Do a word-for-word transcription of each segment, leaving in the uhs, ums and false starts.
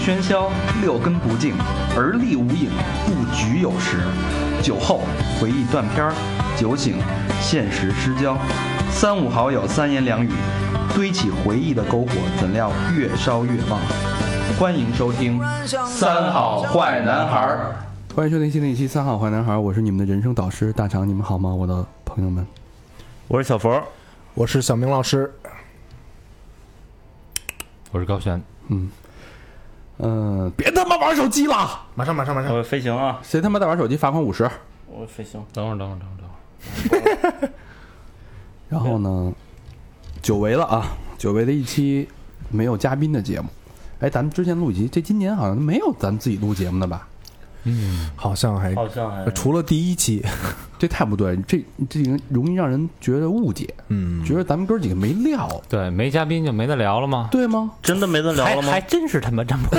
喧嚣，六根不净，而立无影，不局有时。酒后回忆断片儿，酒醒现实失焦。三五好友三言两语，堆起回忆的篝火，怎料越烧越旺。欢迎收听《三好坏男孩》。 欢迎收听新的一期《三好坏男孩》，我是你们的人生导师大长，你们好吗，我的朋友们？ 我是小佛， 我是小明老师， 我是高璇。 嗯，呃，别他妈玩手机了！ 马上马上马上！ 我飞行啊！ 谁他妈在玩手机？罚款五十！ 我飞行。等会儿等会儿等会儿等会儿。 然后呢，久违了啊！久违的一期没有嘉宾的节目。哎，咱们之前录一期，这今年好像没有咱们自己录节目的吧？ 嗯，好像还好像还除了第一期， 这太不对，这这容易让人觉得误解， 嗯， 觉得咱们哥几个没料， 对，没嘉宾就没得聊了吗？ 对吗？ 真的没得聊了吗？还, 还真是他妈这么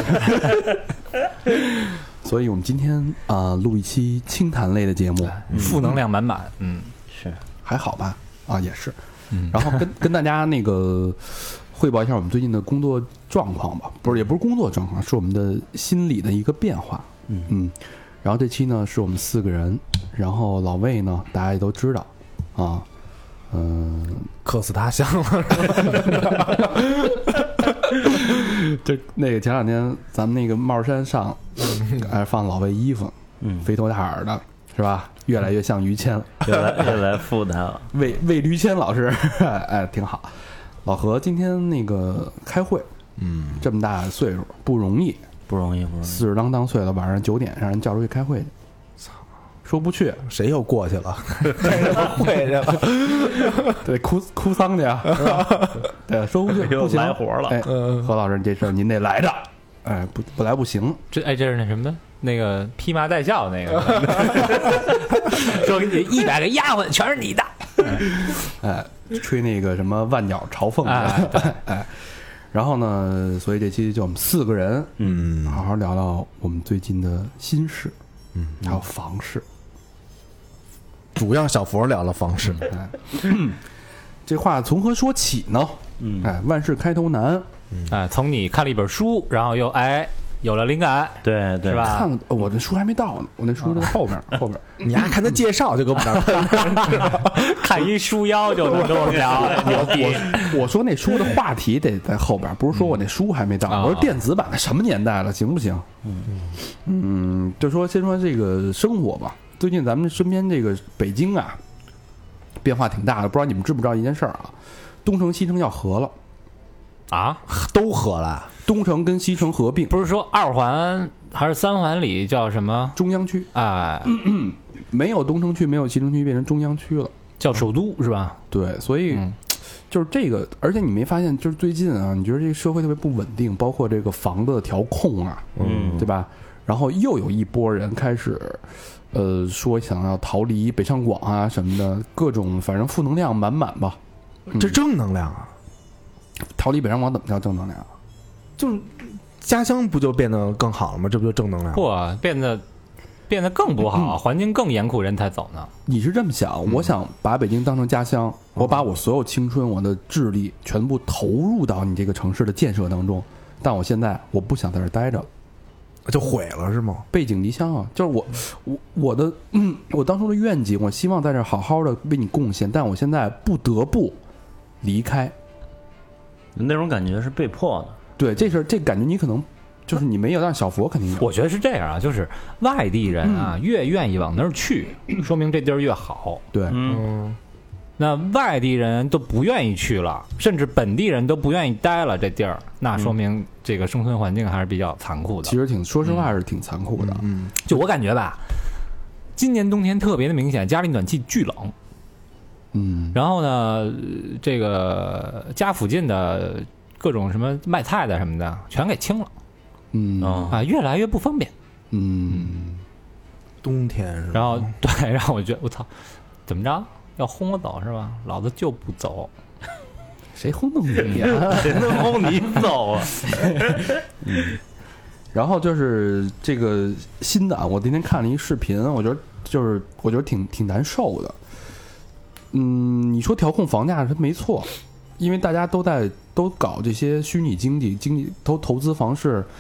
所以我们今天啊、呃、录一期清谈类的节目， 嗯、负能量满满，嗯，是还好吧？啊，也是，嗯，然后跟跟大家那个汇报一下我们最近的工作状况吧，不是，也不是工作状况，是我们的心理的一个变化。嗯嗯，然后这期呢是我们四个人，然后老魏呢大家也都知道啊，嗯、呃， 客死他乡了。 就那个前两天咱们那个帽山上，哎放老魏衣服，嗯，肥头大耳的是吧？越来越像于谦了， 越来越来负担了。 魏魏驴谦老师，哎，挺好。老何今天那个开会，嗯，这么大岁数不容易。 不容易，不容易， 四十啷当岁了，晚上九点让人叫出去开会去，操，说不去， 谁又过去了？开什么会去了？ 对，哭哭丧去啊，是吧？对，说不去，不行， 来活了。 哎，何老师，这事儿您得来着，哎，不不来不行。 这哎，这是那什么，那个披麻戴孝那个，说给你一百个丫鬟全是你的， 哎，吹那个什么万鸟朝凤，哎，哎。然后呢，所以这期就我们四个人，嗯，好好聊聊我们最近的心事，嗯，还有房事。 主要小佛聊了房事， 哎，嗯、这话从何说起呢？嗯，哎，万事开头难， 嗯、哎，从你看了一本书，然后又哎有了灵感，对对，是吧？ 看我这书还没到呢，我那书在后边，后边。 你还看他介绍就搁我们那儿看一书腰就能跟我聊，牛逼！ 我说那书的话题得在后边，不是说我那书还没到。嗯、我说电子版的什么年代了，行不行？嗯嗯，就说先说这个生活吧。最近咱们身边这个北京啊，变化挺大的，不知道你们知不知道一件事儿啊？东城西城要合了啊， 都合了。 东城跟西城合并， 不是说二环还是三环里叫什么中央区？ 哎， 没有东城区，没有西城区，变成中央区了， 叫首都是吧？ 对，所以、嗯、就是这个，而且你没发现，就是最近啊，你觉得这个社会特别不稳定，包括这个房子的调控啊，嗯，对吧？然后又有一波人开始，呃，说想要逃离北上广啊什么的，各种反正负能量满满吧。 嗯、这正能量啊！ 逃离北上广怎么叫正能量？ 就是家乡不就变得更好了吗？这不就正能量？ 不，变得变得更不好，环境更严酷，人才走呢。 你是这么想？嗯、我想把北京当成家乡，我把我所有青春、我的智力全部投入到你这个城市的建设当中。但我现在我不想在这儿待着， 就毁了是吗？ 背井离乡啊！就是我我我的嗯，我当初的愿景，我希望在这儿好好的为你贡献，但我现在不得不离开。 那种感觉是被迫的。 对，这事这感觉你可能就是你没有，但小佛肯定有。 我觉得是这样啊，就是外地人啊，嗯、越愿意往那儿去，说明这地儿越好。 对， 嗯，那外地人都不愿意去了，甚至本地人都不愿意待了，这地儿，那说明这个生存环境还是比较残酷的。 其实挺，说实话是挺残酷的。 嗯，就我感觉吧，今年冬天特别的明显，家里暖气巨冷。 嗯， 然后呢，这个家附近的各种什么卖菜的什么的全给清了， 嗯啊，越来越不方便， 嗯， 冬天是吧？ 然后对，然后我觉得我操，怎么着要轰我走是吧？老子就不走， 谁轰动你呀？ 谁能轰你走啊？ 嗯，然后就是这个新的啊，我今天看了一视频，我觉得就是我觉得挺挺难受的。嗯，你说调控房价是没错，因为大家都在都搞这些虚拟经济、经济投投资房市，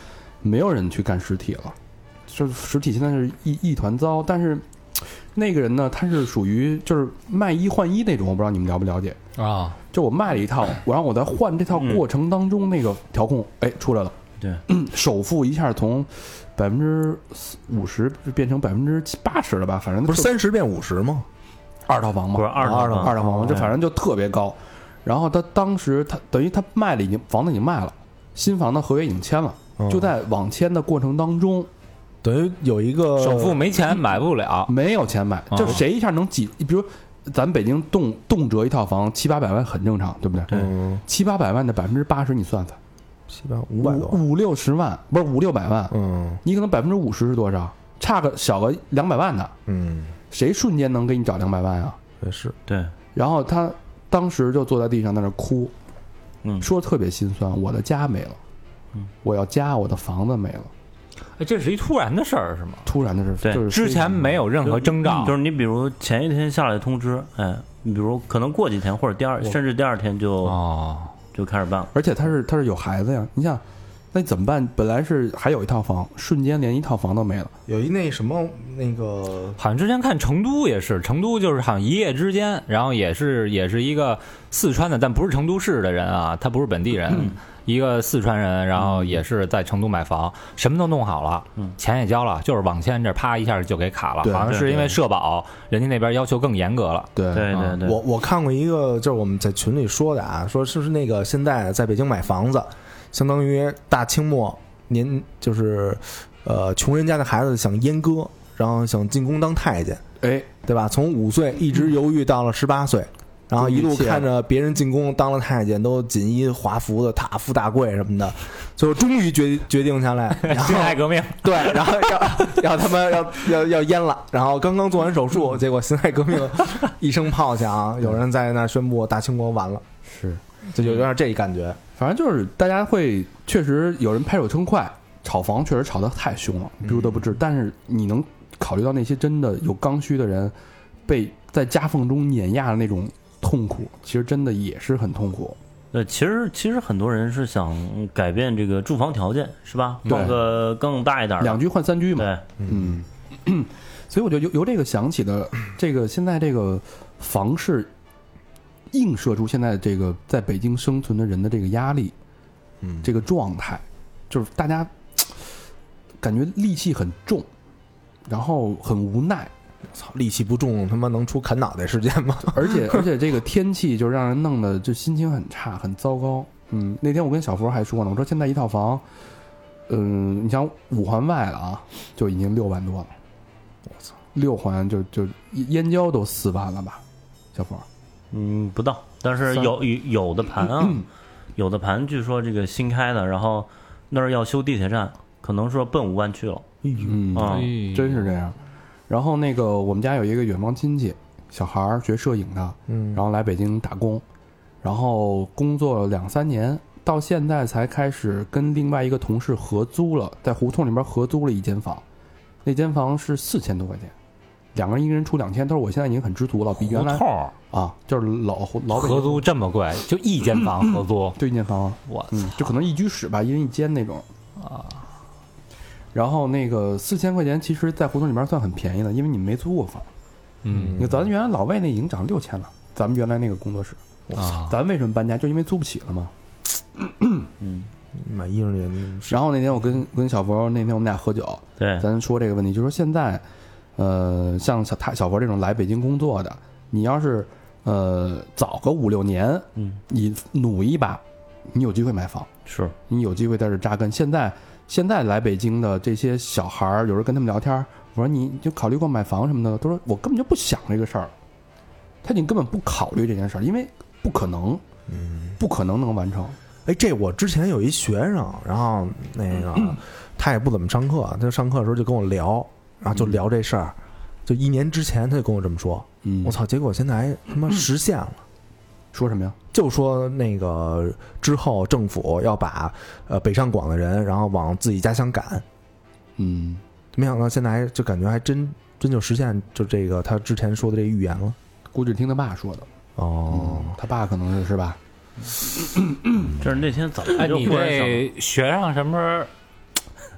没有人去干实体了，就是实体现在是一一团糟。但是那个人呢，他是属于就是卖一换一那种，我不知道你们了不了解啊？ 就我卖了一套，然后我在换这套过程当中，那个调控哎出来了， 对， 首付一下从百分之五十变成百分之八十了吧？反正不是三十变五十吗？ 二套房嘛， 不是二套二套房二套房嘛，这反正就特别高。然后他当时他等于他卖了，已经房子已经卖了，新房的合约已经签了， 嗯就在网签的过程当中， 等于有一个首付没钱买不了， 没有钱买，就谁一下能挤？比如咱北京动动辄一套房七八百万很正常，对不对？ 嗯七八百万的百分之八十，你算算， 七八五百多， 五五六十万不是五六百万， 嗯你可能百分之五十是多少？差个小个两百万的， 嗯， 谁瞬间能给你找两百万啊？ 也是， 对， 然后他当时就坐在地上在那哭， 嗯， 说特别心酸，我的家没了， 嗯， 我要家，我的房子没了， 哎，这是一突然的事儿是吗？ 突然的是， 对就是之前没有任何征兆， 就是你比如前一天下来通知，哎，你比如可能过几天或者第二，甚至第二天就哦， 就开始办了。 而且他是他是有孩子呀，你想，那你怎么办？本来是还有一套房，瞬间连一套房都没了。 有一那什么那个好像之前看成都也是，成都就是好像一夜之间，然后也是也是一个四川的，但不是成都市的人啊，他不是本地人， 嗯、 一个四川人，然后也是在成都买房，什么都弄好了， 嗯， 钱也交了，就是网签这啪一下就给卡了，好像是因为社保，人家那边要求更严格了。 对对对对， 我我看过一个，就是我们在群里说的啊，说是不是那个现在在北京买房子，相当于大清末年就是呃穷人家的孩子想阉割，然后想进宫当太监， 哎， 对吧？从五岁一直犹豫到了十八岁。然后一路看着别人进宫当了太监，都锦衣华服的，大富大贵什么的，最后终于决决定下来，然后辛亥革命， 对，然后要要他们要要要阉了，然后刚刚做完手术，结果辛亥革命一声炮响，有人在那宣布大清国完了， 是， 就有点这感觉。 反正就是大家会确实有人拍手称快，炒房确实炒得太凶了，不得不治。但是你能考虑到那些真的有刚需的人，被在夹缝中碾压的那种痛苦，其实真的也是很痛苦。 呃，其实其实很多人是想改变这个住房条件，是吧？弄个更大一点的， 两居换三居嘛。 对， 嗯，所以我就由由这个想起了这个现在这个房市映射出现在这个在北京生存的人的这个压力， 嗯， 这个状态，就是大家感觉戾气很重，然后很无奈。 操，戾气不重，他妈能出砍脑袋事件吗？ 而且而且这个天气就让人弄得就心情很差，很糟糕。嗯，那天我跟小佛还说呢，我说现在一套房，嗯，你像五环外了啊，就已经六万多了。我操，六环就就燕郊都四万了吧，小佛？ 嗯，不到，但是有有有的盘啊，有的盘据说这个新开的，然后那儿要修地铁站，可能说奔五万去了。 嗯， 啊， 真是这样。然后那个我们家有一个远方亲戚，小孩儿学摄影的， 嗯， 然后来北京打工，然后工作了两三年，到现在才开始跟另外一个同事合租了，在胡同里边合租了一间房，那间房是四千多块钱，两个人一个人出两千，他说我现在已经很知足了，比原来啊就是老老合租这么贵，就一间房合租， 就一间房， 我嗯，就可能一居室吧，一人一间那种啊。 然后那个四千块钱，其实，在胡同里面算很便宜的，因为你们没租过房。 嗯， 你看咱原来老魏那已经涨六千了，咱们原来那个工作室， 啊， 咱为什么搬家？就因为租不起了嘛。 嗯， 买衣裳也。 然后那天我跟跟小佛那天我们俩喝酒， 对， 咱说这个问题，就说现在，呃，像小他小佛这种来北京工作的，你要是呃早个五六年， 嗯， 你努一把，你有机会买房， 是你有机会在这扎根。现在。现在来北京的这些小孩儿，有人跟他们聊天，我说你就考虑过买房什么的，都说我根本就不想这个事儿，他已经根本不考虑这件事儿，因为不可能， 嗯， 不可能能完成。 哎，这我之前有一学生，然后那个他也不怎么上课，他就上课的时候就跟我聊，然后就聊这事儿，就一年之前他就跟我这么说， 嗯， 我操，结果现在还他妈实现了。 说什么呀？ 就说那个之后政府要把呃北上广的人，然后往自己家乡赶。 嗯， 没想到现在还就感觉还真真就实现就这个他之前说的这个预言了。 估计听他爸说的。 哦， 嗯、他爸可能是是吧？ 这是那天早上哎，你就忽然想， 这学生什么时候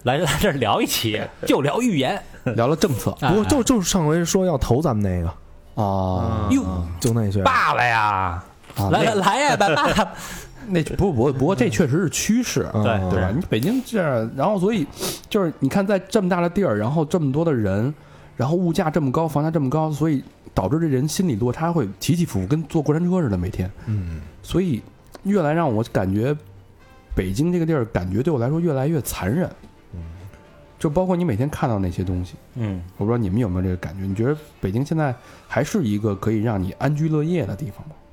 来来这儿聊一期，就聊预言， 聊了政策不过就就是上回说要投咱们那个啊， 哟， 就那些爸爸呀， 啊来来来呀，爸爸， 那不不不过这确实是趋势， 嗯对对吧？你北京这样，然后所以就是你看，在这么大的地儿，然后这么多的人，然后物价这么高，房价这么高，所以导致这人心理落差会起起伏伏，跟坐过山车似的每天。 嗯， 所以越来让我感觉北京这个地儿，感觉对我来说越来越残忍。 嗯， 就包括你每天看到那些东西， 嗯， 我不知道你们有没有这个感觉？你觉得北京现在还是一个可以让你安居乐业的地方吗？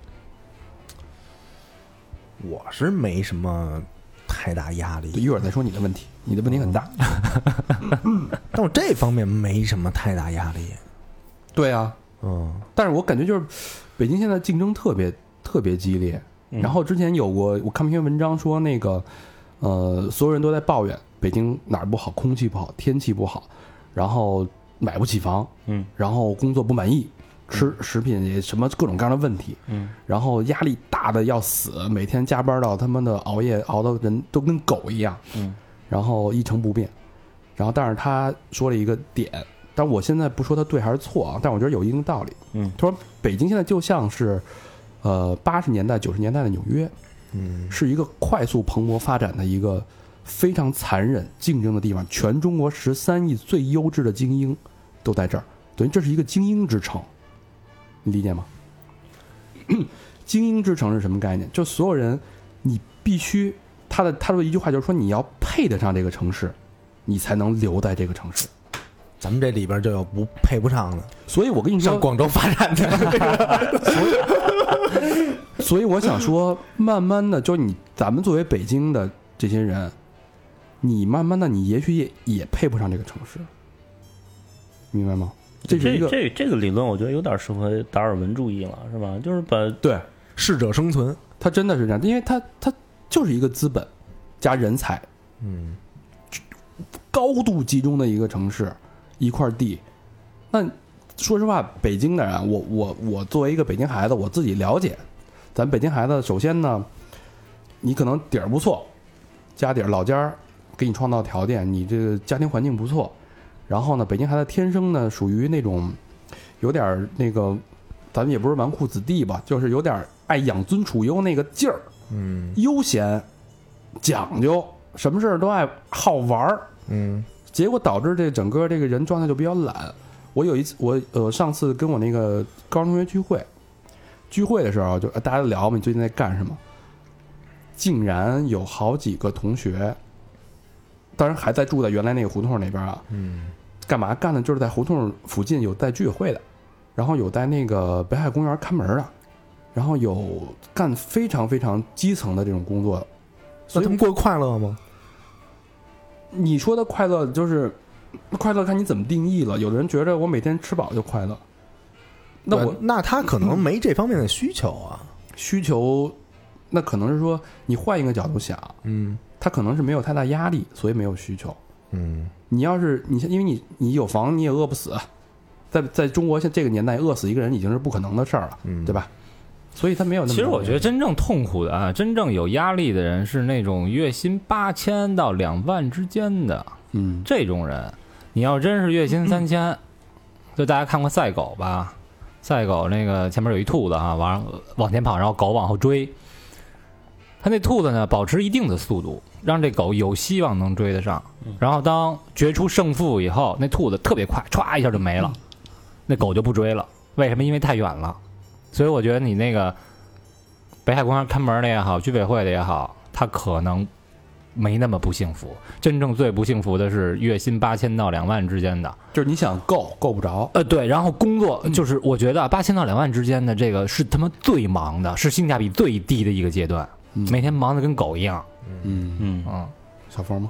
我是没什么太大压力， 一会儿再说你的问题，你的问题很大。 但我这方面没什么太大压力。 对啊， 嗯， 但是我感觉就是北京现在竞争特别特别激烈。然后之前有过我看一篇文章说那个呃所有人都在抱怨北京哪儿不好，空气不好，天气不好，然后买不起房， 嗯， 然后工作不满意，吃食品也什么各种各样的问题， 嗯， 然后压力大的要死，每天加班到他妈的熬夜熬的人都跟狗一样， 嗯， 然后一成不变。然后但是他说了一个点，但我现在不说他对还是错啊，但我觉得有一定道理。 嗯， 他说北京现在就像是呃八十年代九十年代的纽约， 嗯， 是一个快速蓬勃发展的一个非常残忍竞争的地方，全中国十三亿最优质的精英都在这儿，等于这是一个精英之城，你理解吗？精英之城是什么概念？就所有人，你必须他的他的一句话就是说，你要配得上这个城市，你才能留在这个城市。 咱们这里边就有不配不上的， 所以我跟你说， 上广州发展的。 所以我想说，慢慢的，就你咱们作为北京的这些人，你慢慢的，你也许也也配不上这个城市，明白吗？这是一个这这个理论，我觉得有点适合达尔文主义了，是吧？就是把对适者生存。 它真的是这样，因为它它就是一个资本加人才嗯， 高度集中的一个城市，一块地。那说实话，北京的人，我我我作为一个北京孩子，我自己了解，咱北京孩子，首先呢，你可能底儿不错，家底儿老家儿给你创造条件，你这个家庭环境不错。然后呢，北京孩子天生呢属于那种有点儿那个，咱们也不是纨绔子弟吧，就是有点爱养尊处优那个劲儿， 嗯， 悠闲、讲究，什么事儿都爱好玩儿， 嗯， 结果导致这整个这个人状态就比较懒。我有一次，我呃上次跟我那个高中同学聚会，聚会的时候就大家聊嘛，你最近在干什么？竟然有好几个同学，当然还在住在原来那个胡同那边啊， 嗯， 干嘛干的？就是在胡同附近有带居委会的，然后有在那个北海公园看门的，然后有干非常非常基层的这种工作的。 那他们过得快乐吗？ 你说的快乐就是快乐，看你怎么定义了。有的人觉得我每天吃饱就快乐，那我那他可能没这方面的需求啊。 需求，那可能是说你换一个角度想， 嗯他可能是没有太大压力，所以没有需求。 嗯， 你要是你因为你你有房你也饿不死，在在中国现这个年代饿死一个人已经是不可能的事儿了， 嗯对吧？所以他没有那么。 其实我觉得真正痛苦的啊，真正有压力的人是那种月薪八千到两万之间的， 嗯， 这种人。你要真是月薪三千，就大家看过赛狗吧？赛狗那个前面有一兔子啊，往往前跑，然后狗往后追。他那兔子呢，保持一定的速度，让这狗有希望能追得上。然后当决出胜负以后，那兔子特别快，歘一下就没了，那狗就不追了。为什么？因为太远了。所以我觉得你那个北海公园看门的也好，居委会的也好，他可能没那么不幸福。真正最不幸福的是月薪八千到两万之间的， 就是你想够够不着， 呃，对，然后工作就是我觉得八千到两万之间的这个是他妈最忙的，是性价比最低的一个阶段， 嗯每天忙得跟狗一样。 嗯嗯， 嗯， 小峰吗？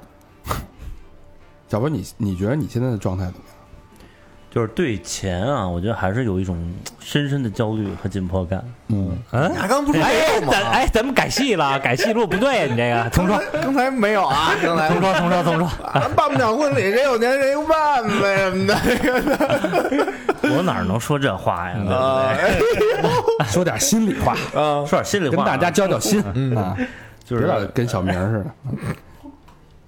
小峰，你你觉得你现在的状态怎么样？ 就是对钱啊，我觉得还是有一种深深的焦虑和紧迫感。 嗯， 嗯， 你刚刚不是没哎， 有吗？ 咱哎，咱们改戏了，改戏路不对呀，你这个重说， 刚才没有啊，刚才重说，重说，重说。 啊办不了婚礼，谁有钱谁有办呗什么的。 我哪能说这话呀？对不啊对？ 说点心里话， 啊， 说点心里话啊， 跟大家交交心啊， 就是别老跟小明似的。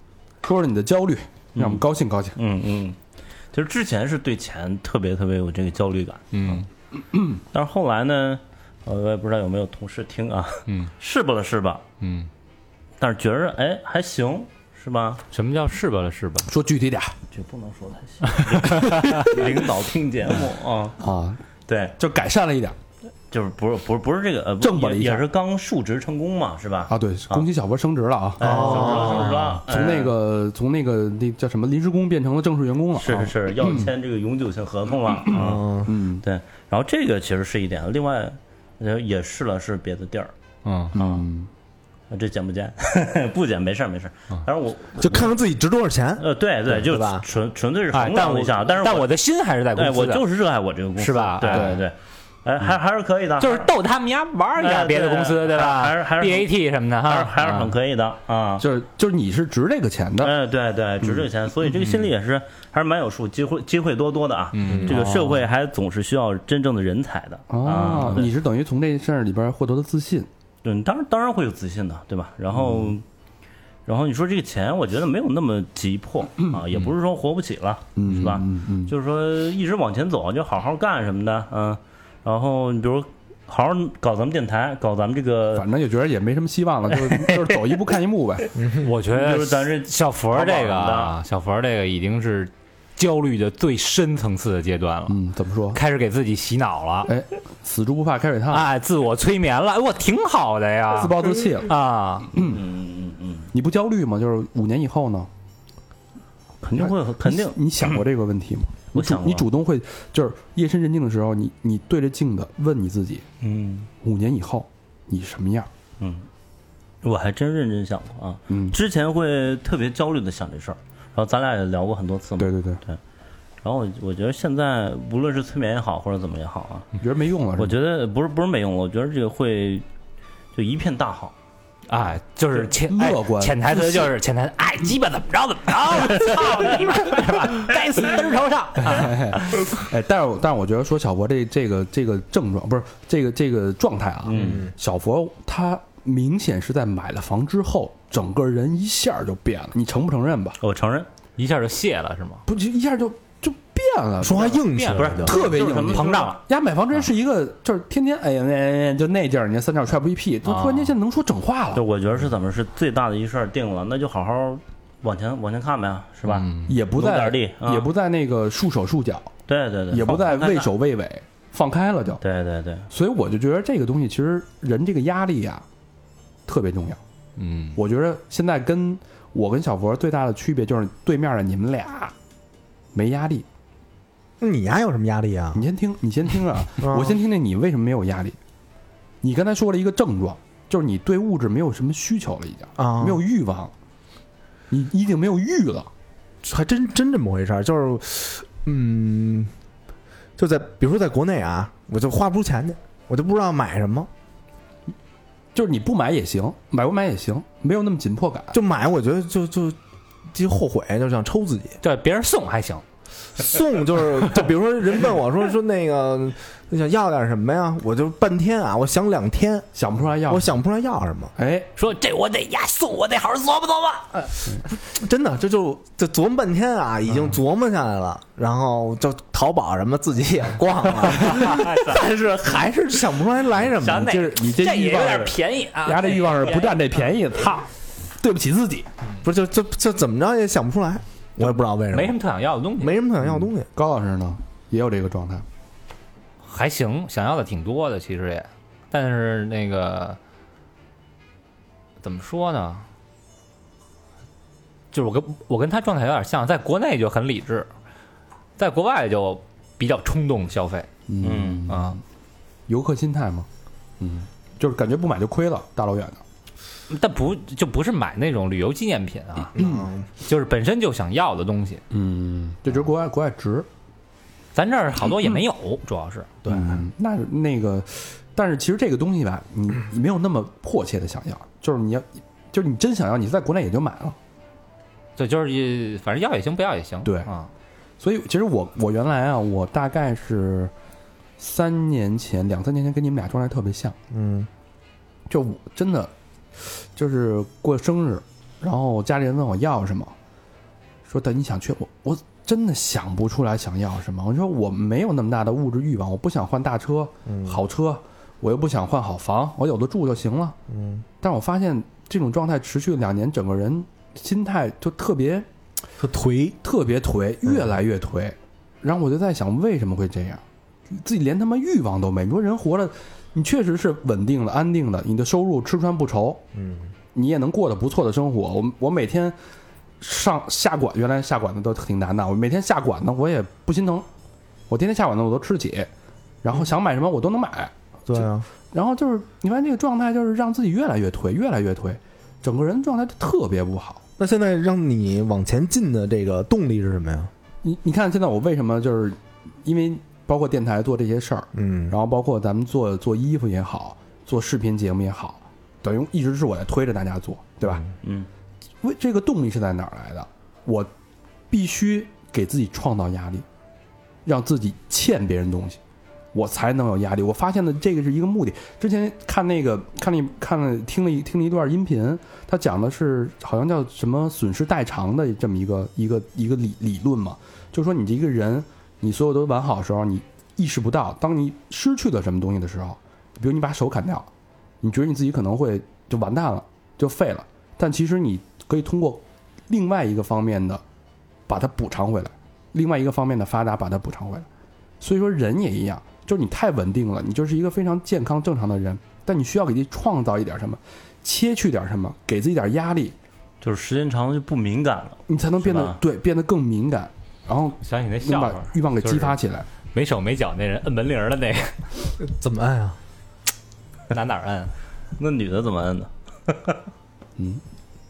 说说你的焦虑，让我们高兴高兴。 嗯嗯，就是之前是对钱特别特别有这个焦虑感， 嗯嗯，但是后来呢，我也不知道有没有同事听啊， 嗯， 是吧了是吧？ 嗯， 但是觉着哎还行，是吧？ 什么叫是吧了是吧？ 说具体点这不能说太细，领导听节目啊， 啊， 对， 就改善了一点就是不是不是不是这个呃， 正吧了一下也也是刚述职成功嘛，是吧？ 啊。对，恭喜小佛升职了啊！ 哎，升职了，升职了， 从那个从那个那叫什么临时工变成了正式员工了。 是是是，要签这个永久性合同了啊。 嗯嗯对，然后这个其实是一点，另外呃也试了试别的地儿， 嗯嗯， 这减不减？不减，没事儿没事儿。反正我就看看自己值多少钱。 呃对对，就对吧纯纯粹是哎， 衡但我量了一下，但是我但我的心还是在公哎， 司的， 我就是热爱我这个公司， 是吧对哎对对，哎，还还是可以的， 就是逗他们家玩儿一下哎别的公司， 对对吧？ 还是还是 B A T 什么的哈， 还是还是很以。 可以的啊。 就是就是你是值这个钱的。 哎，对对，值这个钱，所以这个心里也是还是蛮有数，机会机会多多的啊。 嗯这个社会还总是需要真正的人才的哦啊。，对你是等于从这事儿里边获得了自信。 嗯，当然当然会有自信的，对吧？然后，然后你说这个钱，我觉得没有那么急迫啊，也不是说活不起了， 嗯， 是吧？ 嗯嗯， 就是说一直往前走，就好好干什么的，嗯。然后你比如好好搞咱们电台，搞咱们这个， 反正就觉得也没什么希望了，就是就是走一步看一步呗。 我觉得就是咱这小佛这个淘宝啊，小佛这个已经是焦虑的最深层次的阶段了， 嗯，怎么说？ 开始给自己洗脑了， 哎，死猪不怕开水烫， 哎，自我催眠了，哎我挺好的呀， 自暴自弃了。 啊， 嗯嗯嗯， 你不焦虑吗？就是五年以后呢？ 肯定会肯定你，你想过这个问题吗？ 我想过你主你主动会就是夜深人静的时候，你你对着镜子问你自己， 嗯五年以后你什么样？ 嗯，我还真认真想过啊。 嗯， 之前会特别焦虑的想这事儿，然后咱俩也聊过很多次嘛。 对对对， 然后我我觉得现在无论是催眠也好，或者怎么也好啊， 你觉得没用了是吧？ 我觉得不是不是没用了，我觉得这个会就一片大好。 哎，就是潜乐观哎潜台词就是潜台词，哎，鸡巴怎么着怎么着，操你妈，是吧？该死嘚儿头上。 哎，但是我但是我觉得说小佛这这个这个症状不是这个这个状态啊， 嗯， 小佛他明显是在买了房之后，整个人一下就变了，你承不承认吧？ 我承认， 一下就泄了是吗？ 不就一下就就变了， 说话硬气变了不是了就， 特别硬就是什么膨胀了。 丫买房之前是一个，就是天天哎呀那就那劲儿，你看三脚踹不一屁，就突然间现在能说整话了， 就我觉得是怎么是最大的一事儿定了，那就好好往前往前看呗，是吧？ 嗯也不在努点力啊也不在那个束手束脚， 对对对， 也不在放畏。首畏尾，放开了就。 对对对， 所以我就觉得这个东西其实人这个压力呀、特别重要。 嗯， 我觉得现在跟我跟小佛最大的区别就是对面的你们俩没压力。 那你丫有什么压力啊？ 你先听，你先听啊， 嗯我先听听你为什么没有压力。你刚才说了一个症状，就是你对物质没有什么需求了，已经啊， 没有欲望，你已经没有欲了。 还真真这么回事儿，就是，嗯，就在比如说在国内啊，我就花不出钱去，我就不知道买什么， 就是你不买也行，买不买也行，没有那么紧迫感。 就买，我觉得就就就后悔，就想抽自己。 这别人送还行， 送就是，就比如说人问我说说那个你想要点什么呀？我就半天啊，我想两天， 想不出来要， 我想不出来要什么。 哎， 说这我得呀送，我得好好琢磨琢磨。 真的，这就这琢磨半天啊，已经琢磨下来了，然后就淘宝什么自己也逛了，但是还是想不出来来什么。 想哪就是你这这也有点欲望是， 便宜啊， 丫这欲望是不占这便宜，操，对不起自己。 不是就就就怎么着也想不出来，我也不知道为什么， 没什么特想要的东西， 没什么想要的东西。 高老师呢，也有这个状态。 还行，想要的挺多的，其实也，但是那个怎么说呢？就是我跟我跟他状态有点像，在国内就很理智，在国外就比较冲动消费嗯啊。 游客心态嘛，嗯，就是感觉不买就亏了，大老远的。 但不就不是买那种旅游纪念品啊， 嗯， 就是本身就想要的东西， 嗯，就觉得国外国外值。 咱这儿好多也没有，主要是对，那那个，但是其实这个东西吧，你你没有那么迫切的想要，就是你要，就是你真想要，你在国内也就买了。 对，就是反正要也行，不要也行， 对啊， 所以其实我我原来啊，我大概是三年前两三年前跟你们俩状态特别像， 嗯， 就我真的就是过生日，然后家里人问我要什么， 说等你想去，我我真的想不出来想要什么。我说我没有那么大的物质欲望，我不想换大车、 嗯好车，我又不想换好房，我有的住就行了。 嗯， 但我发现这种状态持续了两年，整个人心态就特别特颓， 特别颓，越来越颓。然后我就在想，为什么会这样？自己连他妈欲望都没。你说人活着，你确实是稳定的、安定的，你的收入吃穿不愁， 嗯， 你也能过得不错的生活。我我每天上下馆，原来下馆子都挺难的，我每天下馆子我也不心疼，我天天下馆子我都吃得起，然后想买什么我都能买。 对啊， 然后就是你发现这个状态就是让自己越来越颓，越来越颓，整个人状态就特别不好。 那现在让你往前进的这个动力是什么呀？ 你你看现在我为什么就是因为包括电台做这些事儿， 嗯， 然后包括咱们做做衣服也好，做视频节目也好，等于一直是我在推着大家做，对吧？ 嗯， 为这个动力是在哪儿来的？我必须给自己创造压力，让自己欠别人东西，我才能有压力。我发现的这个是一个目的。之前看那个看了看了听了一听了一段音频，他讲的是好像叫什么损失代偿的这么一个一个一个理理论嘛，就是说你这一个人，你所有都完好的时候，你意识不到，当你失去了什么东西的时候，比如你把手砍掉，你觉得你自己可能会就完蛋了，就废了，但其实你可以通过另外一个方面的把它补偿回来，另外一个方面的发达把它补偿回来。所以说人也一样，就是你太稳定了，你就是一个非常健康正常的人，但你需要给自己创造一点什么，切去点什么，给自己点压力， 就是时间长了就不敏感了， 你才能变是吧得对变得更敏感，然后想起那能把笑话， 欲望给激发起来。 没手没脚那人摁门铃的那个， 怎么按啊？ 拿哪儿摁？ 那女的怎么摁的？ 嗯，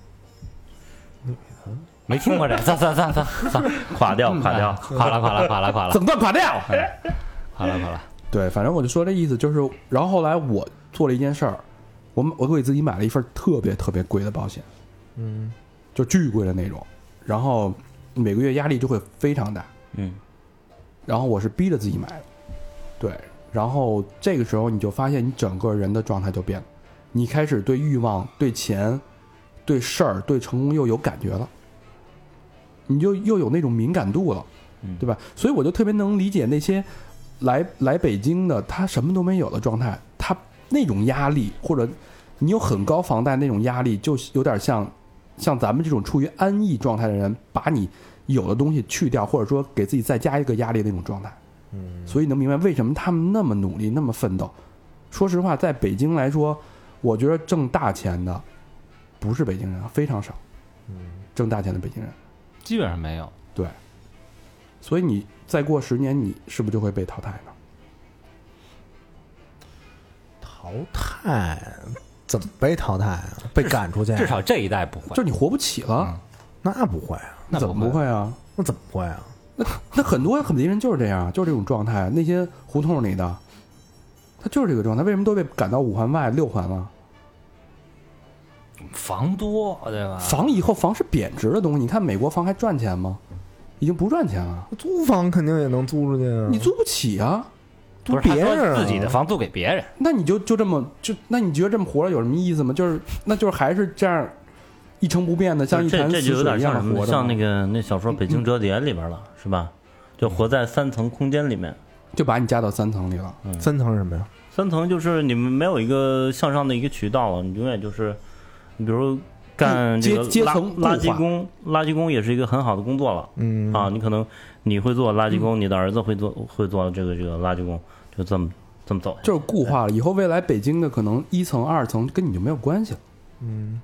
没听过这，算算算算算， 垮掉，垮掉。 垮了垮了垮了垮了， 整段垮掉。 垮了垮了。 对，反正我就说这意思，就是，然后后来我做了一件事儿，我我给自己买了一份特别特别贵的保险， 嗯， 就巨贵的那种，然后每个月压力就会非常大， 嗯， 然后我是逼着自己买的，对，然后这个时候你就发现你整个人的状态就变了，你开始对欲望、对钱、对事儿、对成功又有感觉了，你就又有那种敏感度了，对吧？所以我就特别能理解那些来来北京的，他什么都没有的状态，他那种压力，或者你有很高房贷那种压力，就有点像像咱们这种处于安逸状态的人，把你有的东西去掉，或者说给自己再加一个压力的那种状态。嗯，所以你能明白为什么他们那么努力，那么奋斗。说实话，在北京来说，我觉得挣大钱的不是北京人，非常少。嗯，挣大钱的北京人基本上没有。 对，所以你再过十年，你是不是就会被淘汰呢？ 淘汰怎么被淘汰啊？被赶出去？ 至少这一代不会。 就是你活不起了， 嗯那不会啊？ 那怎么不会啊？ 那怎么会啊？ 那很多很多人就是这样，就是这种状态。那些胡同里的，他就是这个状态。为什么都被赶到五环外、六环了？ 房多，对吧？ 房以后房是贬值的东西。你看美国房还赚钱吗？已经不赚钱了。 租房肯定也能租出去啊。 你租不起啊， 租不是他说别人啊自己的房租给别人， 那你就就这么就那你觉得这么活着有什么意思吗？就是那就是还是这样一成不变的，像一潭死这这就有水一样点像什么？ 的活着吗。 像那个那小说《北京折叠》里边了，是吧？就活在三层空间里面。 就把你加到三层里了。 三层是什么呀？ 三层就是你们没有一个向上的一个渠道了，你永远就是，你比如干这个阶阶垃层固化垃圾工，垃圾工也是一个很好的工作了。 嗯啊，你可能你会做垃圾工，你的儿子会做会做这个这个垃圾工，就这么这么走下去。 就是固化了。以后未来北京的可能一层、二层跟你就没有关系了， 嗯，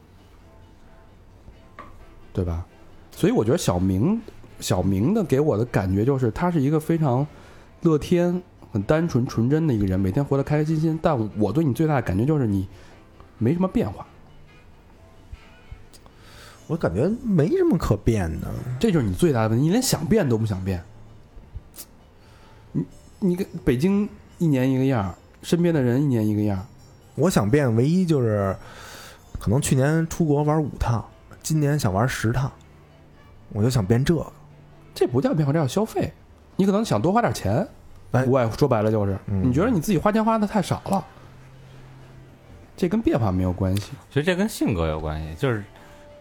对吧？所以我觉得小明，小明的给我的感觉就是他是一个非常乐天、很单纯、纯真的一个人，每天活得开开心心。但我对你最大的感觉就是你没什么变化， 我感觉没什么可变的。 这就是你最大的问题。你连想变都不想变。你你跟北京一年一个样，身边的人一年一个样。 我想变，唯一就是可能去年出国玩五趟，今年想玩十趟，我就想变这个。 这不叫变化，这叫消费。你可能想多花点钱， 哎无外说白了就是， 嗯你觉得你自己花钱花的太少了，这跟变化没有关系。 其实这跟性格有关系，就是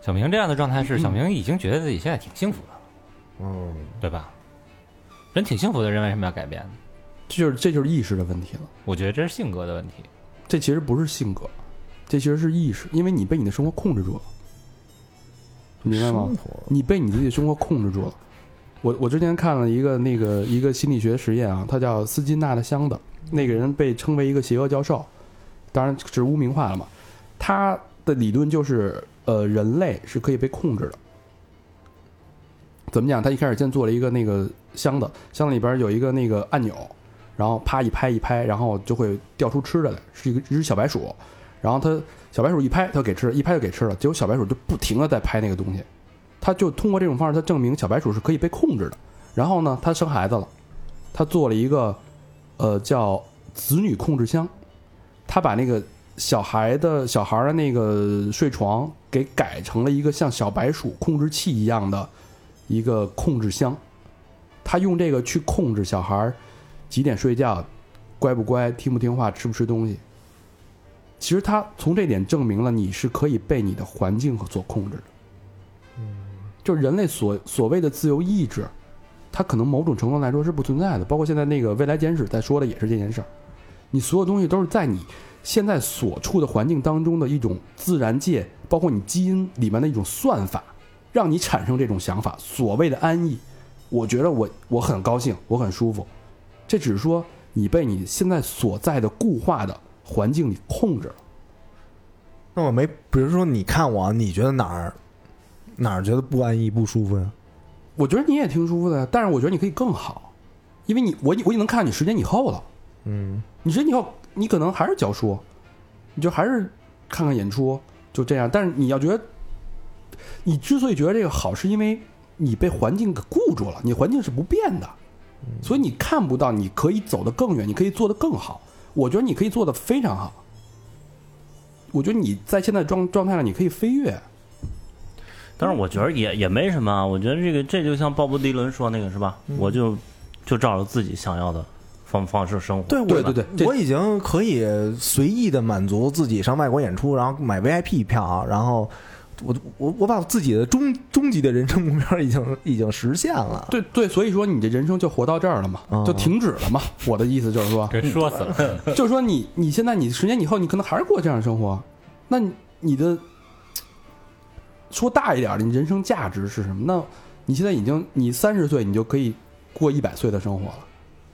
小明这样的状态是，小明已经觉得自己现在挺幸福的， 嗯， 对吧？人挺幸福的人为什么要改变呢？ 这就是这就是意识的问题了。 我觉得这是性格的问题。 这其实不是性格，这其实是意识，因为你被你的生活控制住了，明白吗？你被你自己的生活控制住了。我我之前看了一个那个一个心理学实验啊，它叫斯金纳的箱的，那个人被称为一个邪恶教授，当然是污名化了嘛。他的理论就是，呃，人类是可以被控制的。怎么讲？他一开始先做了一个那个箱子，箱子里边有一个那个按钮，然后啪一拍一拍，然后就会掉出吃的来，是一个一只小白鼠。然后他小白鼠一拍，他就给吃了，一拍就给吃了。结果小白鼠就不停的在拍那个东西，他就通过这种方式，他证明小白鼠是可以被控制的。然后呢，他生孩子了，他做了一个呃叫子女控制箱，他把那个小孩的小孩的那个睡床给改成了一个像小白鼠控制器一样的一个控制箱，他用这个去控制小孩几点睡觉，乖不乖，听不听话，吃不吃东西。其实他从这点证明了你是可以被你的环境所控制的。就是人类所所谓的自由意志，它可能某种程度来说是不存在的。包括现在那个未来简史在说的也是这件事儿，你所有东西都是在你现在所处的环境当中的一种自然界，包括你基因里面的一种算法，让你产生这种想法。所谓的安逸，我觉得我我很高兴，我很舒服，这只是说你被你现在所在的固化的环境里控制了。 那我没，比如说你看我，你觉得哪儿哪儿觉得不安逸不舒服呀？ 我觉得你也挺舒服的，但是我觉得你可以更好，因为你我我已经能看到你十年以后了。 嗯， 你十年以后你可能还是教书，你就还是看看演出，就这样。但是你要觉得，你之所以觉得这个好，是因为你被环境给固住了，你环境是不变的，所以你看不到你可以走得更远，你可以做得更好。我觉得你可以做得非常好。我觉得你在现在状状态上，你可以飞跃。 但是我觉得也也没什么啊。我觉得这个这就像鲍勃迪伦说那个是吧？嗯、我就就照着自己想要的方方式生活。 对， 对对对， 我已经可以随意的满足自己上外国演出，然后买 V I P 票，然后我我我把自己的终终极的人生目标已经已经实现了。 对对，所以说你这人生就活到这儿了嘛， 嗯、 就停止了嘛。我的意思就是说， 给说死了， 就是说你你现在你十年以后你可能还是过这样的生活，那你你的说大一点的，你人生价值是什么？那你现在已经你三十岁，你就可以过一百岁的生活了。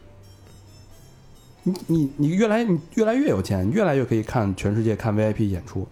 你你你越来你越来越有钱，越来越可以看全世界看 V I P 演出，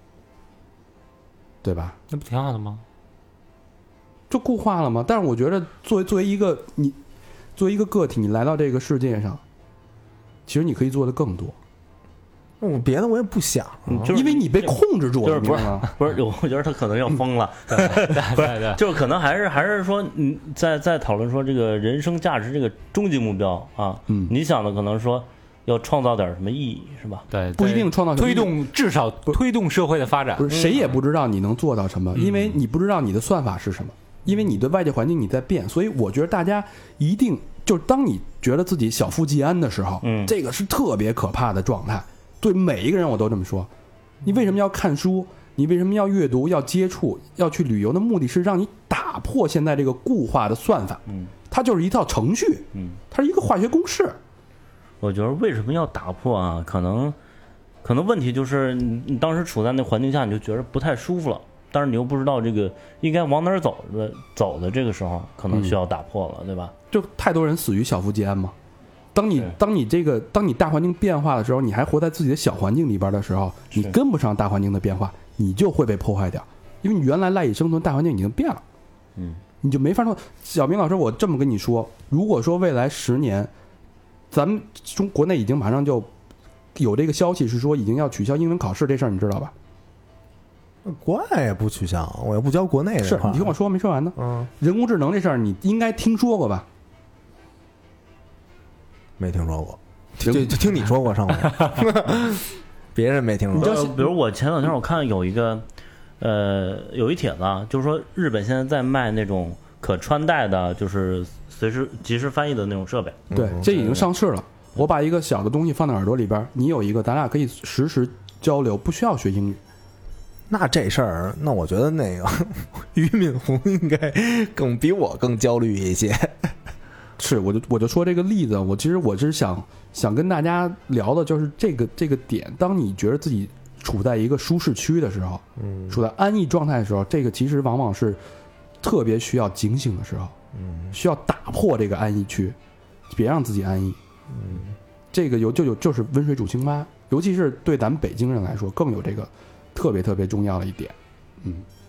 对吧？ 那不挺好的吗？ 就固化了吗？但是我觉得作为作为一个你作为一个个体，你来到这个世界上，其实你可以做的更多。 我别的我也不想、啊嗯，就是因为你被控制住了， 就是不是不是，我觉得他可能要疯了， 对对对对， 就是可能还是还是说，你在在讨论说这个人生价值这个终极目标啊， 嗯， 你想的可能说要创造点什么意义是吧？ 对， 不一定创造推动，至少推动社会的发展。 不是谁也不知道你能做到什么， 嗯、 因为你不知道你的算法是什么，因为你对外界环境你在变，所以我觉得大家一定就是当你觉得自己小富即安的时候， 嗯， 这个是特别可怕的状态。对每一个人我都这么说，你为什么要看书？你为什么要阅读？要接触？要去旅游的目的是让你打破现在这个固化的算法。 嗯， 它就是一套程序。 嗯， 它是一个化学公式。 我觉得为什么要打破啊？可能，可能问题就是你你当时处在那环境下，你就觉得不太舒服了，但是你又不知道这个应该往哪儿走的，走的这个时候可能需要打破了，嗯、对吧？ 就太多人死于小富即安嘛。当你当你这个当你大环境变化的时候，你还活在自己的小环境里边的时候，你跟不上大环境的变化，你就会被破坏掉，因为你原来赖以生存大环境已经变了， 嗯， 你就没法说。小明老师，我这么跟你说，如果说未来十年，咱们中国内已经马上就有这个消息是说已经要取消英文考试这事儿，你知道吧？ 国外也不取消，我也不教国内的。 是你听我说没说完呢？ 嗯， 人工智能这事儿你应该听说过吧？ 没听说过，就就听你说过上回，别人没听说过。 呃、比如我前两天我看有一个，呃，有一帖子啊，就是说日本现在在卖那种可穿戴的，就是随时即时翻译的那种设备。 对，这已经上市了。我把一个小的东西放在耳朵里边，你有一个，咱俩可以实时交流，不需要学英语。 那这事儿，那我觉得那个俞敏洪应该更比我更焦虑一些。 是，我就我就说这个例子，我其实我是想想跟大家聊的就是这个这个点。当你觉得自己处在一个舒适区的时候，嗯，处在安逸状态的时候，这个其实往往是特别需要警醒的时候，嗯，需要打破这个安逸区，别让自己安逸，嗯，这个有就有就是温水煮青蛙，尤其是对咱们北京人来说，更有这个特别特别重要的一点，嗯，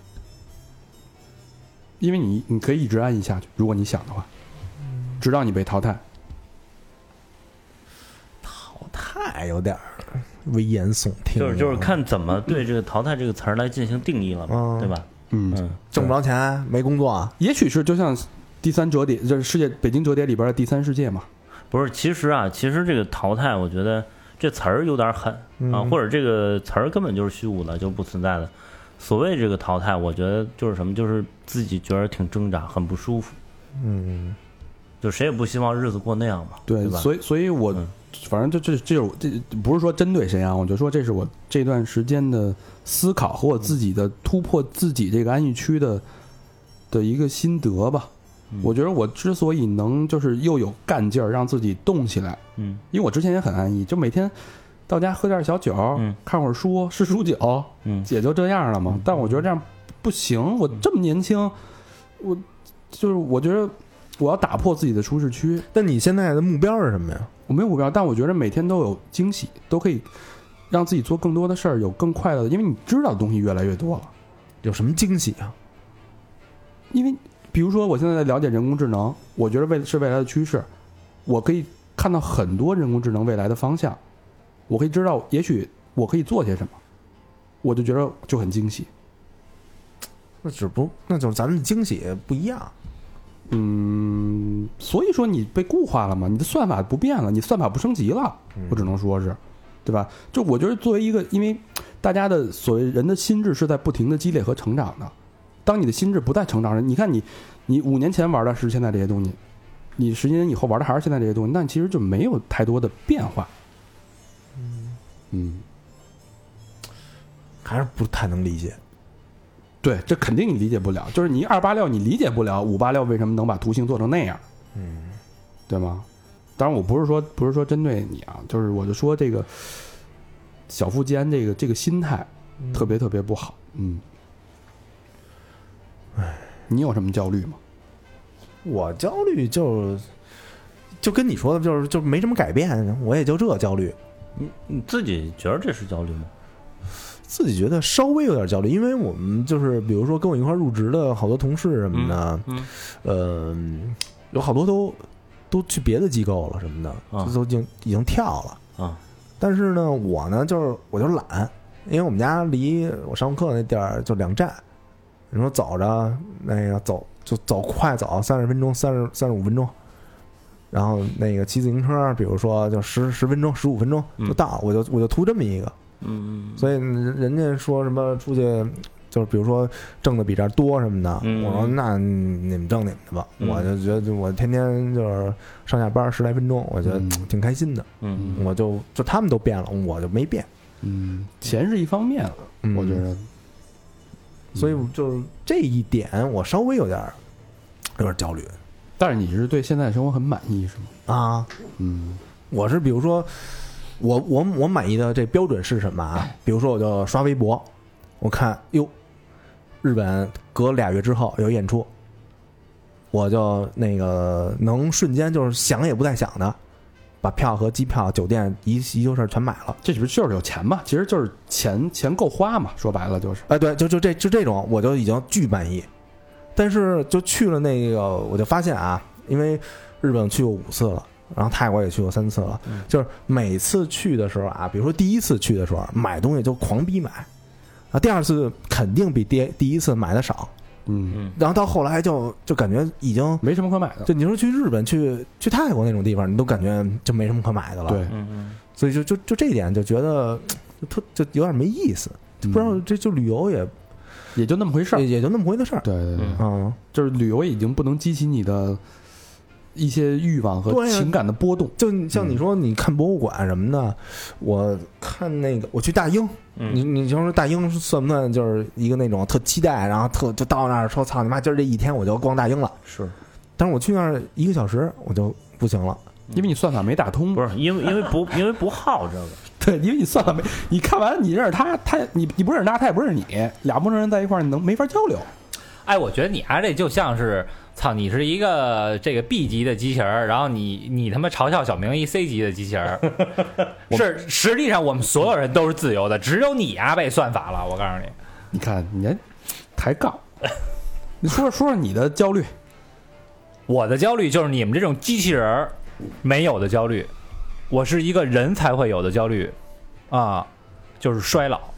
因为你你可以一直安逸下去，如果你想的话，直到你被淘汰。 淘汰有点危言耸听， 就是就是看怎么对这个淘汰这个词儿来进行定义了嘛， 嗯、 对吧？ 嗯嗯， 挣不着钱，没工作， 也许是就像第三折叠，就是世界北京折叠里边的第三世界嘛。 不是，其实啊，其实这个淘汰，我觉得这词儿有点狠啊， 嗯、 或者这个词儿根本就是虚无的，就不存在的。所谓这个淘汰，我觉得就是什么，就是自己觉得挺挣扎，很不舒服。 嗯， 就谁也不希望日子过那样嘛， 对， 对吧？ 所以，所以我、嗯、反正这这这是这不是说针对谁啊，我就说这是我这段时间的思考和我自己的突破自己这个安逸区的的一个心得吧。嗯、我觉得我之所以能就是又有干劲儿让自己动起来，嗯，因为我之前也很安逸，就每天到家喝点小酒，嗯，看会儿书，试书酒，嗯，也就这样了嘛。嗯、但我觉得这样不行，我这么年轻，我就是我觉得我要打破自己的舒适区。 但你现在的目标是什么呀？ 我没有目标，但我觉得每天都有惊喜，都可以让自己做更多的事儿，有更快乐的，因为你知道的东西越来越多了。 有什么惊喜啊？ 因为比如说我现在在了解人工智能，我觉得未是未来的趋势，我可以看到很多人工智能未来的方向，我可以知道也许我可以做些什么，我就觉得就很惊喜。 那只不那就是咱们的惊喜不一样。 嗯，所以说你被固化了嘛，你的算法不变了，你算法不升级了，我只能说是，对吧？就我觉得作为一个，因为大家的所谓人的心智是在不停的积累和成长的，当你的心智不再成长了，你看你你五年前玩的是现在这些东西，你十年以后玩的还是现在这些东西，那其实就没有太多的变化。嗯嗯， 还是不太能理解。 对，这肯定你理解不了，就是你二八六你理解不了五八六为什么能把图形做成那样，嗯，对吗？当然我不是说不是说针对你啊，就是我就说这个小富即安这个这个心态特别特别不好，嗯。哎，你有什么焦虑吗？ 我焦虑就就跟你说的，就是就没什么改变，我也就这焦虑。 你你自己觉得这是焦虑吗？ 自己觉得稍微有点焦虑，因为我们就是比如说跟我一块入职的好多同事什么的，嗯，呃，有好多都都去别的机构了什么的，啊、都已经已经跳了啊。但是呢，我呢就是我就懒，因为我们家离我上课那地儿就两站，你说走着那个走就走快走三十分钟，三十三十五分钟，然后那个骑自行车，比如说就十十分钟、十五分钟就到，嗯、我就我就图这么一个。嗯，所以人家说什么出去就是比如说挣的比这儿多什么的，嗯、我说那你们挣你们的吧，嗯、我就觉得我天天就是上下班十来分钟，我觉得挺开心的。嗯，我就就他们都变了，我就没变。 嗯，钱是一方面了，嗯、我觉得， 所以就是这一点我稍微有点有点焦虑。 但是你是对现在生活很满意是吗？ 啊， 嗯， 我是比如说。我我我满意的这标准是什么啊？比如说，我就刷微博，我看哟，日本隔俩月之后有演出，我就那个能瞬间就是想也不带想的，把票和机票、酒店一一溜事全买了。 这是不是就是有钱嘛？其实就是钱钱够花嘛。说白了就是， 哎，对，就就这就这种，我就已经巨满意。但是就去了那个，我就发现啊，因为日本去过五次了。然后泰国也去过三次了，嗯、就是每次去的时候啊，比如说第一次去的时候买东西就狂逼买，啊，第二次肯定比第第一次买的少，嗯，然后到后来就就感觉已经没什么可买的。 就你说去日本、去去泰国那种地方，你都感觉就没什么可买的了。 对， 嗯所以就就就这一点就觉得就特就有点没意思，就不知道这就旅游也也就那么回事儿， 也就那么回事儿。 对对对， 嗯， 就是旅游已经不能激起你的。 一些欲望和对啊情感的波动。 就像你说，你看博物馆什么的，我看那个我去大英， 嗯你你就说大英算不算就是一个那种特期待，然后特就到那儿说操你妈，今儿这一天我就逛大英了。 是， 但是我去那儿一个小时我就不行了。 因为你算法没打通， 不是因为因为不因为不好这个， 对，因为你算法没，你看完你认识他，他你你不认识他，他也不认识你，俩陌生人在一块儿，你能没法交流。 哎，我觉得你啊，这就像是操，你是一个这个 B 级的机器人，然后你你他妈嘲笑小明一 C 级的机器人，是实际上我们所有人都是自由的，只有你啊被算法了。我告诉你， 你看你还抬杠，你说说说说你的焦虑。 我的焦虑就是你们这种机器人没有的焦虑，我是一个人才会有的焦虑啊，就是衰老、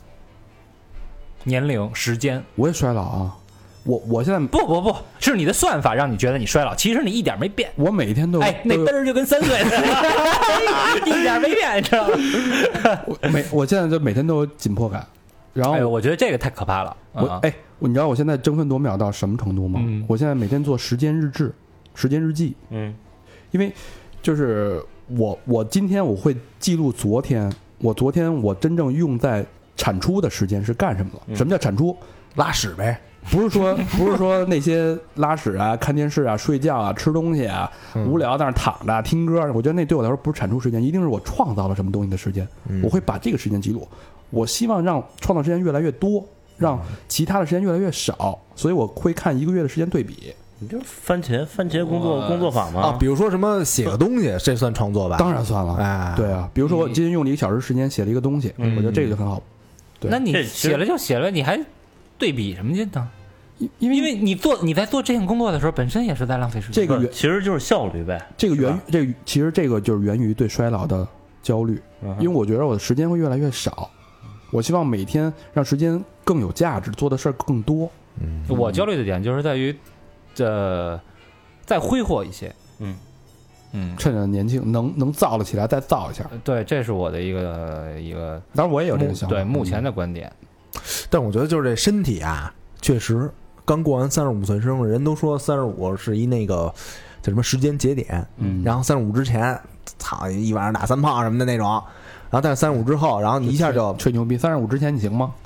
年龄、时间。 我也衰老啊，我我现在不不不是你的算法让你觉得你衰老，其实你一点没变。 我每天都哎，那都嘚儿就跟三岁似的，一点没变，你知道吗？ 我每我现在就每天都有紧迫感，然后哎，我觉得这个太可怕了。啊我哎，你知道我现在争分夺秒到什么程度吗？ 嗯我现在每天做时间日志、时间日记， 嗯因为就是我我今天我会记录昨天，我昨天我真正用在产出的时间是干什么了？ 嗯什么叫产出？ 拉屎呗， 不是说不是说那些拉屎啊、看电视啊、睡觉啊、吃东西啊、 嗯无聊在那儿躺着听歌，我觉得那对我来说不是产出时间，一定是我创造了什么东西的时间。 嗯我会把这个时间记录，我希望让创造时间越来越多，让其他的时间越来越少，所以我会看一个月的时间对比。 你这番茄番茄工作工作法吗？ 啊，比如说什么写个东西，这算创作吧？ 当然算了， 哎， 对啊，比如说我今天用了一个小时时间写了一个东西， 嗯我觉得这个就很好。对那你这其实写了就写了，你还对比什么劲呢？ 因因为因为你做你在做这项工作的时候，本身也是在浪费时间。 不是这个源其实就是效率呗。 这个源是吧这个其实这个就是源于对衰老的焦虑， 嗯哼因为我觉得我的时间会越来越少，我希望每天让时间更有价值，做的事儿更多。 嗯， 我焦虑的点就是在于，呃，再挥霍一些。 嗯嗯， 趁着年轻能能造了起来，再造一下。 对，这是我的一个一个当然我也有这个想法。 对目前的观点。 但我觉得就是这身体啊，确实刚过完三十五岁生日，人都说三十五是一那个叫什么时间节点， 嗯然后三十五之前，操一晚上打三炮什么的那种，然后但是三十五之后，然后你一下就吹牛逼，三十五之前你行吗？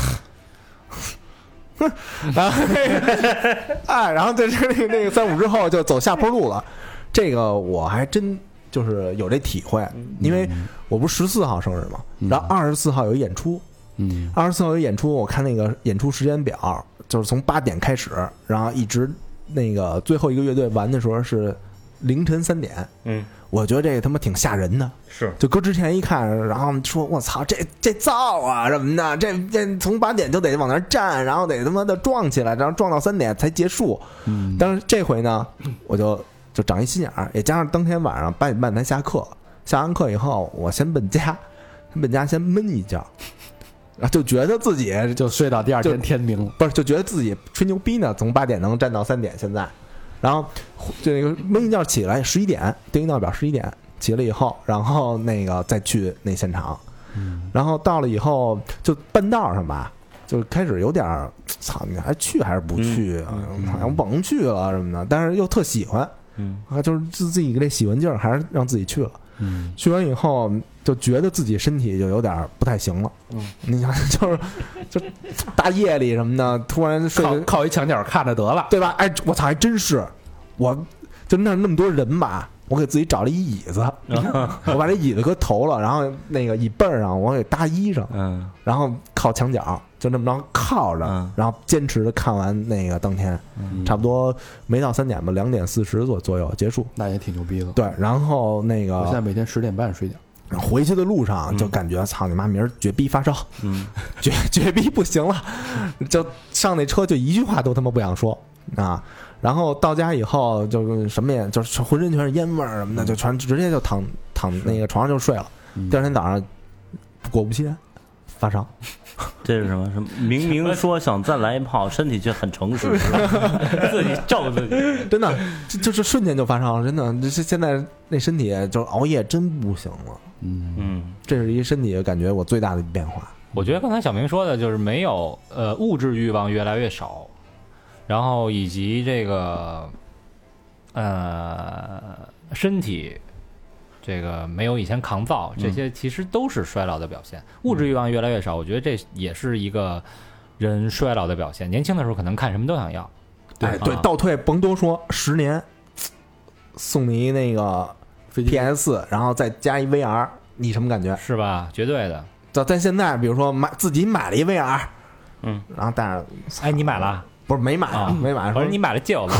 然后哎，然后这这那个那个三五之后就走下坡路了，这个我还真就是有这体会，因为我不是十四号生日嘛， 嗯然后二十四号有一演出， 嗯二十四号有演出，我看那个演出时间表，就是从八点开始，然后一直那个最后一个乐队完的时候是凌晨三点， 嗯， 我觉得这个他妈挺吓人的。 是就搁之前一看，然后说我操，这这造啊什么的，这这从八点就得往那儿站，然后得他妈的撞起来，然后撞到三点才结束。 嗯， 但是这回呢，我就就长一心眼儿，也加上当天晚上八点半才下课，下完课以后我先奔家，先奔家先闷一觉，然后就觉得自己就睡到第二天就天明了。 不是就觉得自己吹牛逼呢，从八点能站到三点现在，然后这个闷一觉起来十一点定一闹表十一点起了以后，然后那个再去那现场，然后到了以后就半道上吧，就开始有点儿操，你还去还是不去啊？好像甭去了什么的，但是又特喜欢， 嗯啊，就是自自己这喜欢劲儿，还是让自己去了。 嗯， 去完以后就觉得自己身体就有点不太行了。 嗯， 你想就是就大夜里什么的，突然睡靠靠一墙角看着得了。 对吧？哎，我操，还真是，我就那那么多人吧，我给自己找了一椅子，我把这椅子搁头了，然后那个椅背儿上我给搭衣裳， 嗯然后靠墙角，就那么着靠着， 嗯然后坚持的看完那个当天， 嗯差不多没到三点吧，两点四十左左右结束。 那也挺牛逼的。 对，然后那我现在个每天十点半睡觉。 回去的路上就感觉操你妈，明儿绝逼发烧， 嗯绝绝逼不行了，就上那车就一句话都他妈不想说啊。然后到家以后就什么也就是浑身全是烟味儿什么的，就全直接就躺躺那个床上就睡了。 嗯第二天早上果不其然发烧， 这是什么？什么？明明说想再来一炮，身体却很诚实，是吧自己咒自己。 真的就就是瞬间就发烧了，真的这是现在那身体就熬夜真不行了。 嗯嗯这是一身体感觉我最大的变化。 我觉得刚才小明说的就是没有呃物质欲望越来越少，然后以及这个呃身体这个没有以前抗造，这些其实都是衰老的表现。物质欲望越来越少，我觉得这也是一个人衰老的表现。年轻的时候可能看什么都想要， 哎，对，倒退甭多说，十年送你一那个 P S 四，然后再加一 V R， 你什么感觉？ 是吧？绝对的。 在在现在，比如说买自己买了一 V R， 嗯， 然后带着， 哎，你买了？ 不是没买， 啊没买， 我说你买了借我吧。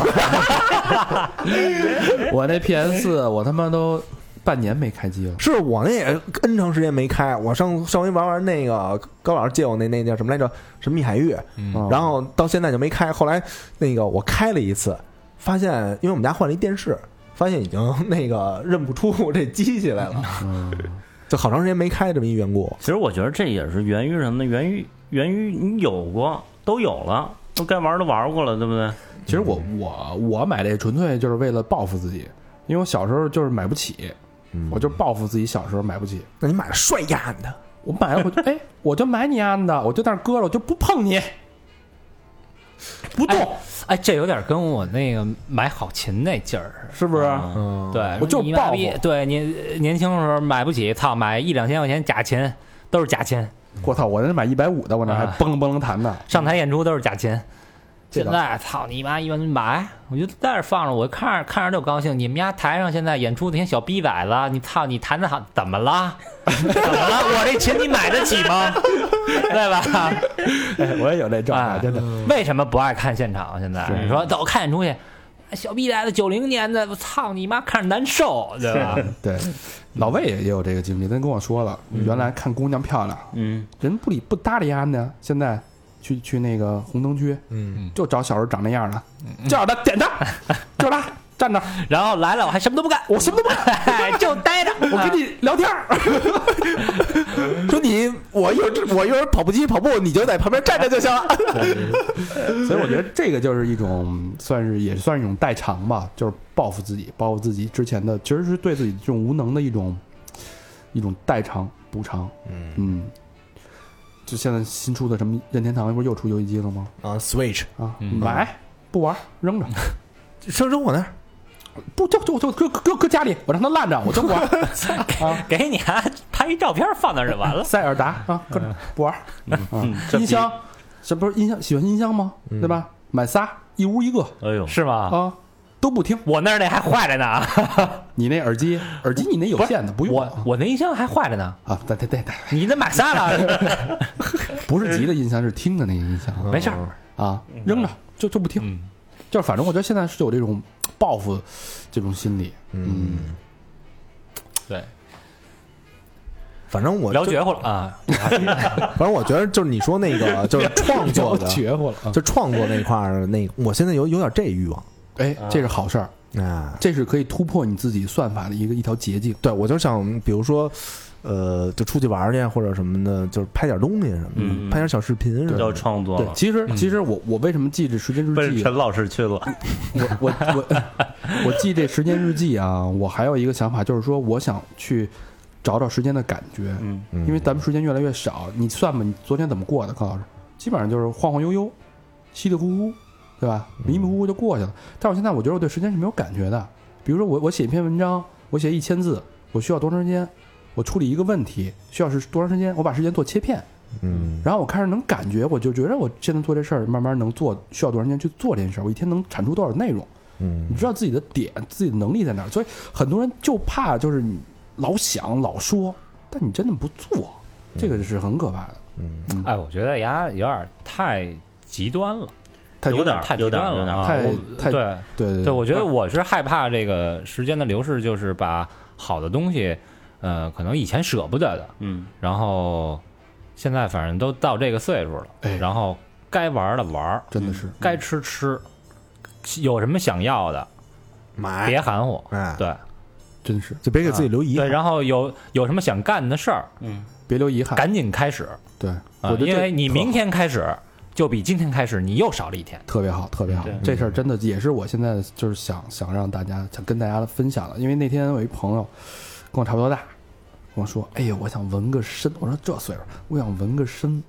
我那 P S 四我他妈都半年没开机了。 是我那也 N 长时间没开，我上上回玩玩那个高老师借我那那叫什么来着？什么密海月， 嗯然后到现在就没开。后来那个我开了一次，发现因为我们家换了一电视，发现已经那个认不出这机器来了， 嗯， 就好长时间没开这么一缘故。 其实我觉得这也是源于什么呢？源于源于你有过，都有了，都该玩都玩过了，对不对？ 其实我我我买这纯粹就是为了报复自己，因为我小时候就是买不起，我就报复自己小时候买不起。 那你买了帅样的， 我买了我就哎，我就买你安的，我就在那儿搁着，我就不碰你，不动， 哎，这有点跟我那个买好琴那劲儿似是不是？ 啊嗯， 的。对， 我就你妈逼报复对你年轻的时候买不起，操，买一两千块钱假琴都是假琴， 我操，我那买一百五的，我那还啊蹦楞蹦楞弹呢。 上台演出都是假琴。 这倒现在操你妈一般买，我就在这放着，我看着看着就高兴。你们家台上现在演出那些小逼崽子，你操你弹的好，怎么了？怎么了？我这琴你买得起吗？对吧？ 哎，我也有这状态， 哎真的。 为什么不爱看现场？现在是你说走看演出去，小逼崽子九零年的，我操你妈，看着难受，对吧？ 对，老魏也也有这个经历，他跟我说了，原来看姑娘漂亮， 嗯， 人不理不搭理安的，现在去去那个红灯区， 嗯， 就找小时候长那样的，叫他点他，就是他站那儿， 然后来了我还什么都不干， 我什么都不干， 哎就待着， 我跟你聊天儿。 说你我一会儿我一会儿跑步机跑步，你就在旁边站着就行了。 所以我觉得这个就是一种，算是也算是一种代偿吧，就是报复自己，报复自己之前的，其实是对自己这种无能的一种一种代偿补偿。 嗯嗯，就现在新出的什么任天堂不是又出游戏机了吗？ 啊 ，Switch 啊， 嗯买不玩扔着， 生生我那儿， 不就就就搁搁搁家里，我让它烂着，我就不玩。啊， 给你啊拍一照片放那儿就完了。 塞尔达啊，搁着不玩。啊， 这音箱，这不是音箱喜欢音箱吗？对吧？买仨，一屋一个哎呦， 是吗？ 啊，都不听。 我那儿那还坏着呢， 你那耳机，耳机你那有线的，不用我我那音箱还坏着呢， 啊。对对对对， 你那买仨了， 不是急的音箱，是听的那个音箱没事儿。 啊，扔着就就不听。 嗯， 就是反正我觉得现在是有这种报复这种心理。 嗯， 对， 反正我就聊绝乎了啊。 反正我觉得就是你说那个就是创作的， 绝乎了啊！ 就创作那块儿，那我现在有有点这欲望哎，这是好事儿， 啊。 这是可以突破你自己算法的一个一条捷径。 对，我就想，比如说，呃，就出去玩去或者什么的，就是拍点东西什么的， 嗯拍点小视频什么叫的。 创作了，， 对其实其实我我为什么记这时间日记？ 奔陈老师去了。 我我我我记这时间日记啊，我还有一个想法，就是说我想去找找时间的感觉， 嗯， 嗯因为咱们时间越来越少，你算吧，你昨天怎么过的，高老师？基本上就是晃晃悠悠，稀里糊涂，对吧？迷迷糊糊就过去了。但是我现在我觉得我对时间是没有感觉的。比如说我我写一篇文章，我写一千字，我需要多长时间？我处理一个问题需要是多长时间？我把时间做切片， 嗯然后我开始能感觉，我就觉得我现在做这事儿，慢慢能做，需要多长时间去做这件事儿？我一天能产出多少内容？ 嗯你知道自己的点，自己的能力在哪儿，所以很多人就怕就是你老想老说，但你真的不做，这个是很可怕的。 嗯哎，我觉得牙有点太极端了， 太有点太极有点有点端了啊！ 太我太对对对对，我觉得我是害怕这个时间的流逝，就是把好的东西，呃，可能以前舍不得的， 嗯， 然后现在反正都到这个岁数了， 哎然后该玩的玩， 真的是该吃吃，有什么想要的买别含糊， 哎， 对真是就别给自己留遗对， 憾。 然后有有什么想干的事儿， 别留遗憾。 赶紧开始对， 啊我觉得，这因为你特明天开始就比今天开始你又少了一天。 特别好，特别好对。 这事儿真的也是我现在就是想想让大家想跟大家分享的，因为那天我有一朋友跟我差不多大，跟我说：“哎呀，我想纹个身。”我说：“这岁数，我想纹个身。”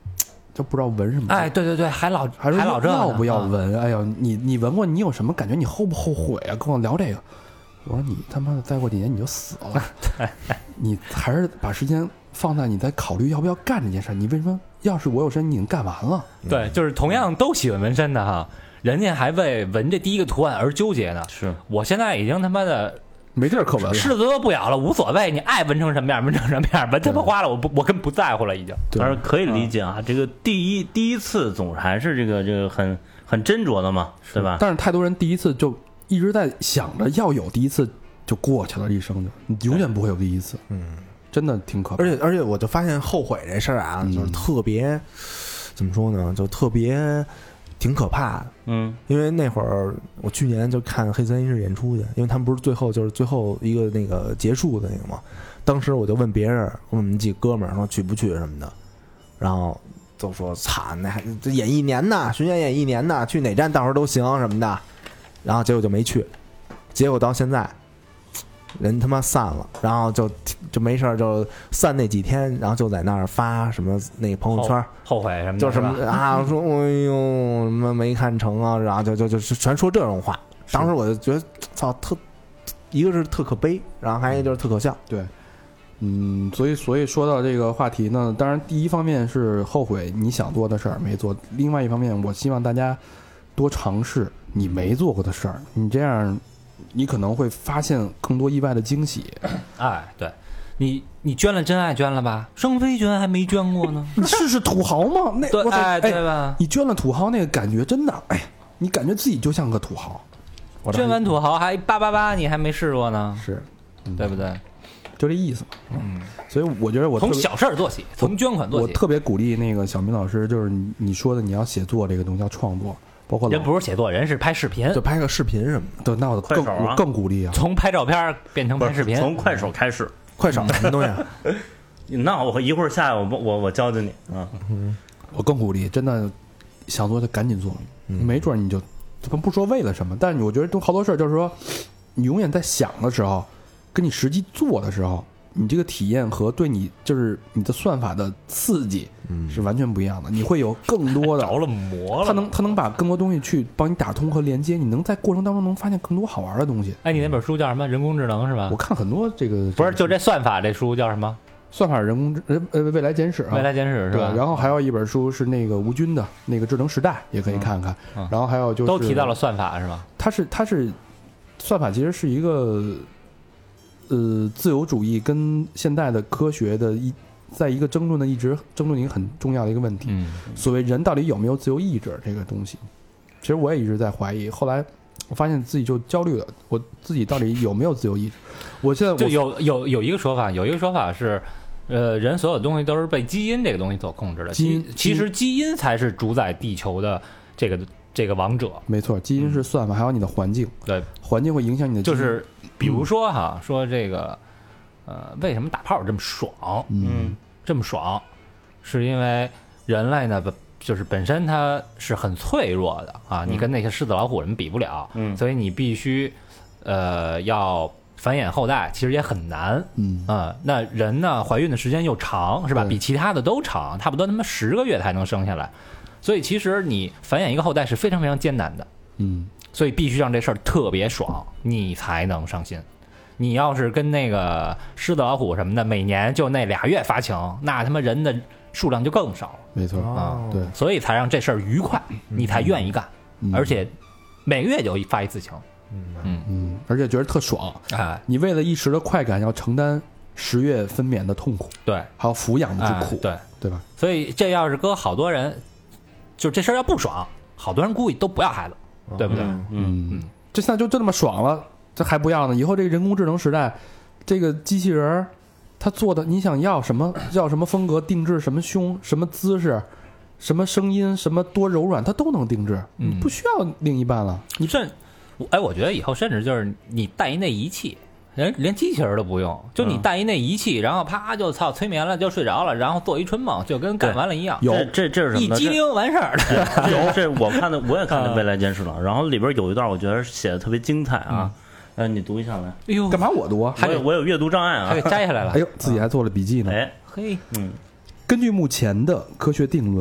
就不知道闻什么。 哎，对对对，还老还说还老这要不要啊闻？哎呦，你你闻过，你有什么感觉？你后不后悔啊？跟我聊这个，我说你他妈的再过几年你就死了，你还是把时间放在你在考虑要不要干这件事。你为什么？要是我有身，你已经干完了。 对，就是同样都喜欢纹身的哈，人家还为纹这第一个图案而纠结呢。 是我现在已经他妈的没地儿可闻了， 柿子都不咬了，无所谓，你爱纹成什么样纹成什么样，纹他妈花了，我不我根本不在乎了，已经。 对但是可以理解啊，这个第一第一次总还是这个这个很很斟酌的嘛，对吧？ 但是太多人第一次就一直在想着要有第一次，就过去了，一生就你永远不会有第一次。 嗯， 真的挺可怕。 而且而且我就发现后悔这事儿啊， 嗯就是特别怎么说呢，就特别挺可怕的。 嗯因为那会儿我去年就看黑森一世演出去，因为他们不是最后就是最后一个那个结束的那个嘛。当时我就问别人，问我们几哥们儿说去不去什么的，然后都说操，那还这演一年呢，巡演演一年呢，去哪站到时候都行什么的。然后结果就没去，结果到现在人他妈散了，然后就就没事儿就散那几天，然后就在那儿发什么那朋友圈， 后悔什么的， 就什么是吧啊，说哎呦什么没看成啊，然后就就就全说这种话。当时我就觉得操，特一个是特可悲，然后还有一个就是特可笑。 对，嗯，所以所以说到这个话题呢，当然第一方面是后悔你想做的事儿没做，另外一方面我希望大家多尝试你没做过的事儿，你这样你可能会发现更多意外的惊喜。 哎，对。你你捐了真爱捐了吧？生非捐还没捐过呢。 你试试土豪嘛，那对， 我操哎，对哎， 吧？ 你捐了土豪那个感觉真的，哎，你感觉自己就像个土豪。我捐完土豪还八八八，你还没试过呢， 是，嗯对不对？ 就这意思。嗯，所以我觉得我特别从小事儿做起，从捐款做起。 我特别鼓励那个小明老师，就是你你说的你要写作这个东西要创作，包括老人不是写作，人是拍视频， 就拍个视频什么的。 对，那我更快手啊我更鼓励啊。 从拍照片变成拍视频。 从快手开始。 快手什么东西啊？ 那我一会儿下来我我我教教你啊。 我更鼓励，真的想做就赶紧做， 嗯没准你就不不说为了什么，但是我觉得都好多事儿就是说，你永远在想的时候，跟你实际做的时候，你这个体验和对你就是你的算法的刺激是完全不一样的，你会有更多的着了魔了。 它能它能把更多东西去帮你打通和连接，你能在过程当中能发现更多好玩的东西。 哎，你那本书叫什么？人工智能是吧我？看很多这个不是，就这算法这书叫什么？ 算法人工智呃呃未来简史啊， 未来简史是对， 吧？ 然后还有一本书是那个吴军的那个智能时代，也可以看看。 嗯嗯然后还有就是都提到了算法是吧？ 它是它是算法其实是一个呃自由主义跟现代的科学的一在一个争论的一直争论一个很重要的一个问题。 嗯， 所谓人到底有没有自由意志这个东西，其实我也一直在怀疑。后来我发现自己就焦虑了，我自己到底有没有自由意志？我现在我就有有有一个说法，有一个说法是，呃，人所有东西都是被基因这个东西所控制的。 基因其其实基因才是主宰地球的这个这个王者。 没错，基因是算法，还有你的环境， 对， 环境会影响你的基因。 就是比如说哈，说这个，呃，为什么打炮这么爽？ 嗯这么爽，是因为人类呢，本就是本身它是很脆弱的啊，你跟那些狮子老虎人比不了， 嗯所以你必须，呃，要繁衍后代，其实也很难。 嗯啊、那人呢，怀孕的时间又长，是吧？ 对比其他的都长，差不多他妈十个月才能生下来，所以其实你繁衍一个后代是非常非常艰难的， 嗯所以必须让这事儿特别爽，你才能上心。你要是跟那个狮子老虎什么的，每年就那俩月发情，那他妈人的数量就更少了没错啊、 对， 所以才让这事儿愉快，你才愿意干， 嗯而且每个月就发一次情。 嗯，而且觉得特爽。 哎， 你为了一时的快感，要承担十月分娩的痛苦， 对， 还要抚养的哎之苦， 对， 对吧？ 所以这要是搁好多人，就这事儿要不爽，好多人估计都不要孩子，对不对？ 嗯嗯，这现在就就这么爽了，这还不要呢？以后这个人工智能时代，这个机器人儿它做的，你想要什么要什么风格定制，什么胸，什么姿势，什么声音，什么多柔软，它都能定制， 嗯你不需要另一半了。 你甚，哎，我觉得以后甚至就是你带一那仪器，人连机器人都不用，就你带一那仪器，然后啪就操催眠了，就睡着了，然后做一春梦，就跟干完了一样， 有这这这是什么呢？ 一激灵完事儿了。 这这我看的，我也看的《未来监视》了。然后里边有一段，我觉得写的特别精彩啊。呃，你读一下来。 哎呦， 干嘛我读啊？ 我有我有阅读障碍啊还给。摘下来了哎。呦，自己还做了笔记呢。 哎， 嘿， 嗯根据目前的科学定论，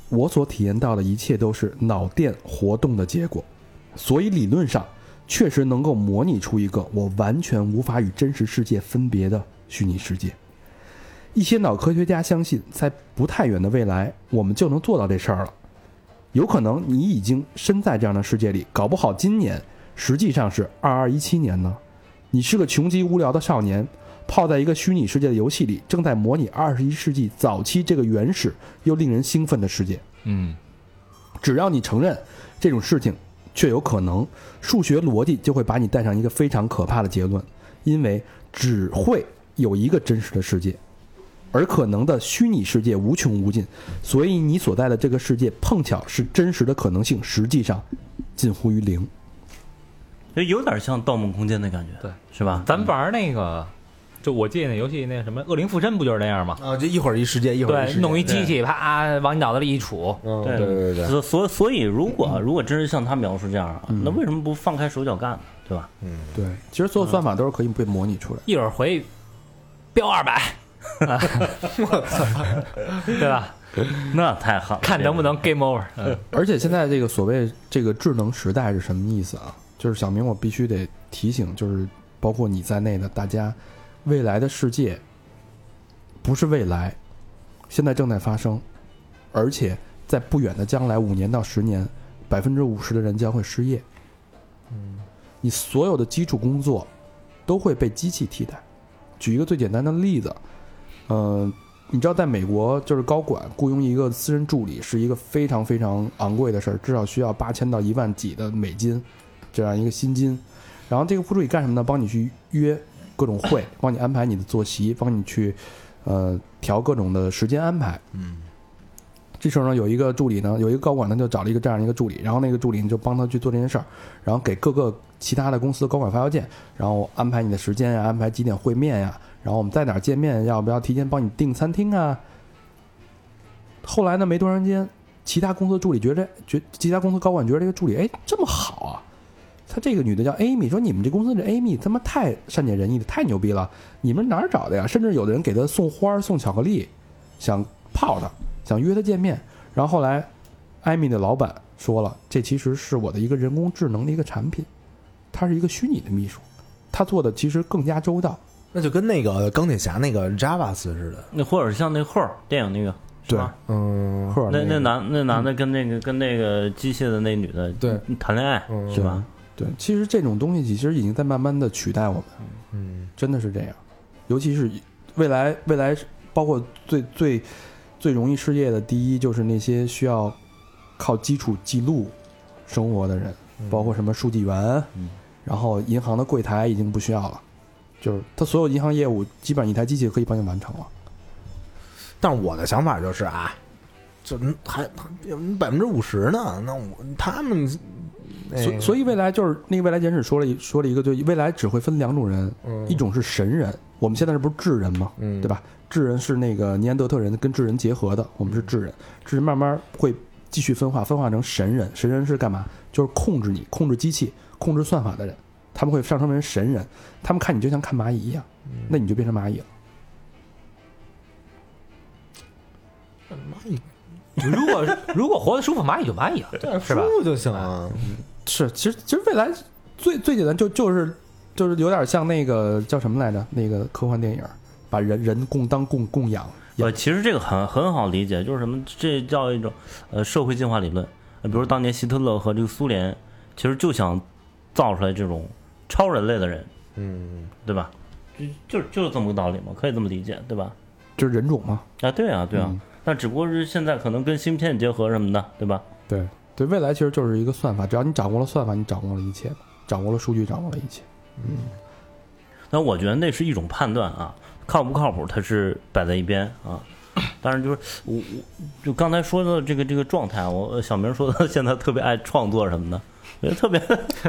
我所体验到的一切都是脑电活动的结果，所以理论上确实能够模拟出一个我完全无法与真实世界分别的虚拟世界。一些脑科学家相信，在不太远的未来，我们就能做到这事儿了。有可能你已经身在这样的世界里，搞不好今年实际上是二二一七年呢。你是个穷极无聊的少年，泡在一个虚拟世界的游戏里，正在模拟二十一世纪早期这个原始又令人兴奋的世界。 嗯， 只要你承认这种事情确有可能，数学逻辑就会把你带上一个非常可怕的结论，因为只会有一个真实的世界，而可能的虚拟世界无穷无尽，所以你所在的这个世界碰巧是真实的可能性实际上近乎于零。 有点像《盗梦空间》的感觉， 对， 是吧？ 咱玩那个，就我记得那游戏那什么《恶灵附身》不就是那样吗？ 啊，就一会儿一世界，一会儿一世对， 界弄一机器，啪往你脑袋里一杵。 嗯， 对对对对， 所所所以，如果如果真是像他描述这样啊，那为什么不放开手脚干呢？对吧？ 嗯， 对，其实所有算法都是可以被模拟出来。 一会儿回标二百，我操，对吧？ 那太好了， 看能不能 game over。嗯而且现在这个所谓这个智能时代是什么意思啊？就是小明，我必须得提醒，就是包括你在内的大家，未来的世界不是未来，现在正在发生，而且在不远的将来，五年到十年，百分之五十的人将会失业。嗯，你所有的基础工作都会被机器替代。举一个最简单的例子，嗯、呃。你知道，在美国，就是高管雇佣一个私人助理是一个非常非常昂贵的事儿，至少需要八千到一万几的美金，这样一个薪金。然后这个副助理干什么呢？帮你去约各种会，帮你安排你的作息，帮你去呃调各种的时间安排。 嗯， 这时候呢，有一个助理呢，有一个高管呢，就找了一个这样一个助理，然后那个助理就帮他去做这件事儿，然后给各个其他的公司的高管发邮件，然后安排你的时间呀，安排几点会面呀。然后我们在哪儿见面？要不要提前帮你订餐厅啊？后来呢，没多长时间，其他公司助理觉得，觉其他公司高管觉得这个助理，哎，这么好啊！他这个女的叫 Amy， 说你们这公司这 Amy 他妈太善解人意了，太牛逼了！你们哪儿找的呀？甚至有的人给他送花、送巧克力，想泡他，想约他见面。然后后来，艾米的老板说了，这其实是我的一个人工智能的一个产品，它是一个虚拟的秘书，他做的其实更加周到。 那就跟那个钢铁侠那个 Javas 似的， 那或者是像那霍尔电影那个， 对， 嗯， 赫尔那那个男那男的跟那个跟那个机械的那女的对谈恋爱嗯是吧？ 对，其实这种东西其实已经在慢慢的取代我们， 嗯， 真的是这样。尤其是未来，未来包括最最最容易失业的，第一就是那些需要靠基础记录生活的人，包括什么书记员， 嗯然后银行的柜台已经不需要了，就是他所有银行业务基本上一台机器可以帮你完成了。 但是我的想法就是啊，这还百分之五十呢，那我他们， 所以所以未来就是那个未来简史说了一说了一个，就未来只会分两种人， 嗯一种是神人，我们现在这不是智人吗？ 嗯对吧？智人是那个尼安德特人跟智人结合的，我们是智人，智人慢慢会继续分化，分化成神人。神人是干嘛？就是控制你、控制机器、控制算法的人，他们会上升为神人，他们看你就像看蚂蚁一样，那你就变成蚂蚁了。 蚂蚁如果如果活得舒服，蚂蚁就蚂蚁了，是吧？ 舒服就行啊。 是，其实其实未来最最简单就就是就是有点像那个叫什么来着？那个科幻电影，把人人供当供供养。 呃，其实这个很很好理解，就是什么，这叫一种呃社会进化理论。呃比如当年希特勒和这个苏联，其实就想造出来这种超人类的人， 嗯， 对吧？就就就是这么个道理嘛，可以这么理解，对吧？ 就是人种嘛。 啊，对啊，对啊。 嗯那只不过是现在可能跟芯片结合什么的，对吧？ 对对，未来其实就是一个算法，只要你掌握了算法，你掌握了一切，掌握了数据，掌握了一切。 嗯。那我觉得那是一种判断啊，靠不靠谱，它是摆在一边啊。当然就是我我就刚才说的这个这个状态，我小明说的现在特别爱创作什么的，我觉得特别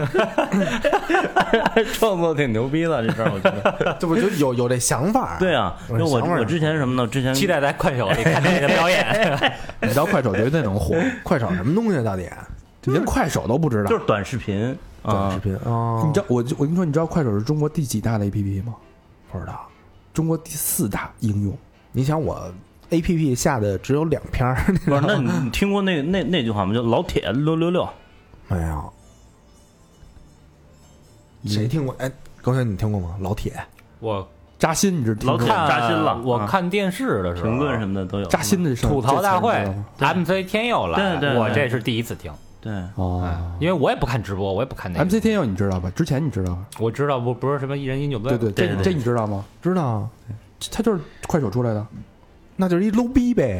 爱创作挺牛逼的这事儿，我觉得这不就有有这想法？ 对啊，因为我想法我之前什么呢？之前期待在快手里看见你的表演。 你知道快手绝对能火， 快手什么东西到底？ 连快手都不知道。 就是短视频啊短视，频哦， 你知道我就我跟你说，你知道快手是中国第几大的 A P P 吗？ 不知道？ 中国第四大应用。 你想我 A P P 下的只有两篇儿。 不是，那你听过那那那句话吗？就老铁六六六。 没有，谁听过？哎，高轩你听过吗？老铁， 我扎心，你知道老铁看扎心了啊我看电视的时候， 评论什么的都有。 扎心的事儿， 吐槽大会这词儿 ，M C 天佑来， 对对对我这是第一次听， 对， 哦哎，因为我也不看直播，我也不看那个。 M C 天佑你知道吧？之前你知道吧？ 我知道不不是什么一人饮酒醉， 对对，这对对这你知道吗？ 知道？ 他就是快手出来的。 那就是一 low 逼呗。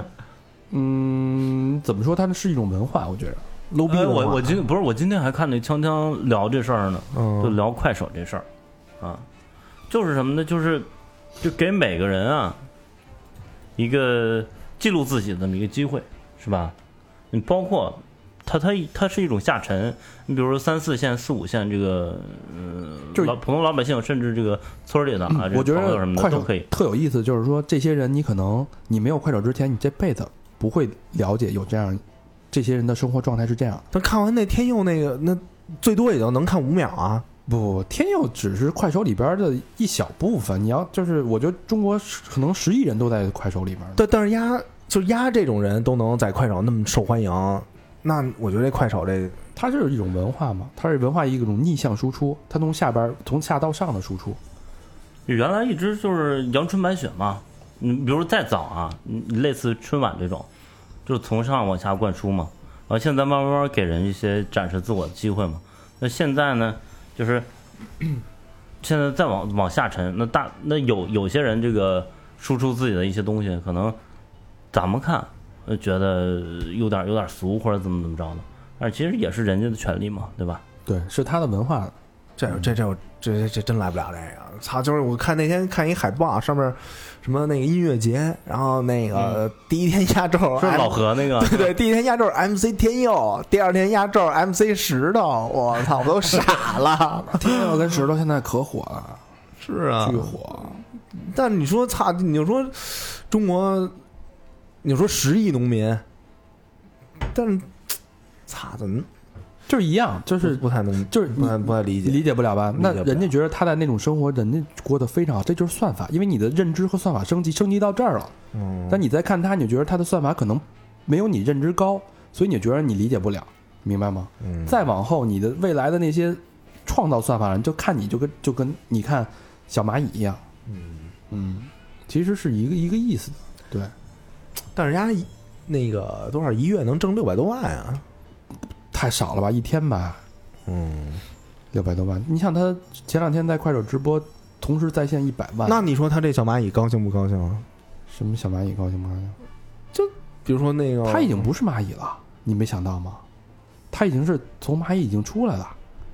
嗯，怎么说？它是一种文化，我觉得 low 逼哎， 文化。 我我今不是我今天还看那锵锵聊这事儿呢，就嗯， 聊快手这事儿，啊，就是什么呢？就是就给每个人啊一个记录自己的这么一个机会，是吧？你包括它它它是一种下沉，你比如说三四线、四五线这个呃就是老普通老百姓，甚至这个村里的啊，这我觉朋友什么得快手的都可以。 特有意思，就是说这些人，你可能你没有快手之前，你这辈子不会了解有这样这些人的生活状态是这样的。 但看完那天佑那个，那最多也就能看五秒啊。 不，天佑只是快手里边的一小部分。你要就是，我觉得中国可能十亿人都在快手里边。 但但是丫就是丫这种人都能在快手那么受欢迎，那我觉得这快手这它是一种文化嘛，它是文化一种逆向输出，它从下边从下到上的输出。 原来一直就是阳春白雪嘛，你比如再早啊，你类似春晚这种，就是从上往下灌输嘛。然后现在慢慢慢慢给人一些展示自我的机会嘛。那现在呢，就是现在再往往下沉，那大那有有些人这个输出自己的一些东西，可能咱们看呃觉得有点有点俗或者怎么怎么着的，但是其实也是人家的权利嘛，对吧？ 对，是他的文化。 这这这这这这真来不了这个。操！就是我看那天看一海报，上面什么那个音乐节，然后那个第一天压轴是老何那个， 对对，第一天压轴 M C 天佑，第二天压轴 M C 石头，我操，我都傻了。 天佑跟石头现在可火了， 是啊巨火。 但你说操，你就说中国，你就说十亿农民，但是操，怎么就是一样，就是不太能， 就是不太不太理解。 理解不了吧？那理解不了人家觉得他在那种生活，人家过得非常好，这就是算法，因为你的认知和算法升级升级到这儿了。 嗯， 但你再看他，你就觉得他的算法可能没有你认知高，所以你觉得你理解不了，明白吗？ 嗯再往后，你的未来的那些创造算法人，就看你就跟就跟你看小蚂蚁一样， 嗯， 嗯，其实是一个一个意思的，对。 但是人家那个多少一月能挣六百多万啊？ 太少了吧，一天吧， 嗯， 六百多万。你想他前两天在快手直播，同时在线一百万， 那你说他这小蚂蚁高兴不高兴啊？ 什么小蚂蚁高兴不高兴？ 比如说那个， 他已经不是蚂蚁了，你没想到吗？他已经是从蚂蚁已经出来了，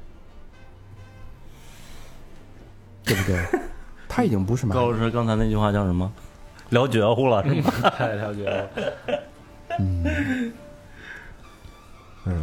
对不对？他已经不是蚂蚁， 高老师刚才那句话叫什么？聊绝乎了是吗？ 太了解了。 嗯， 嗯，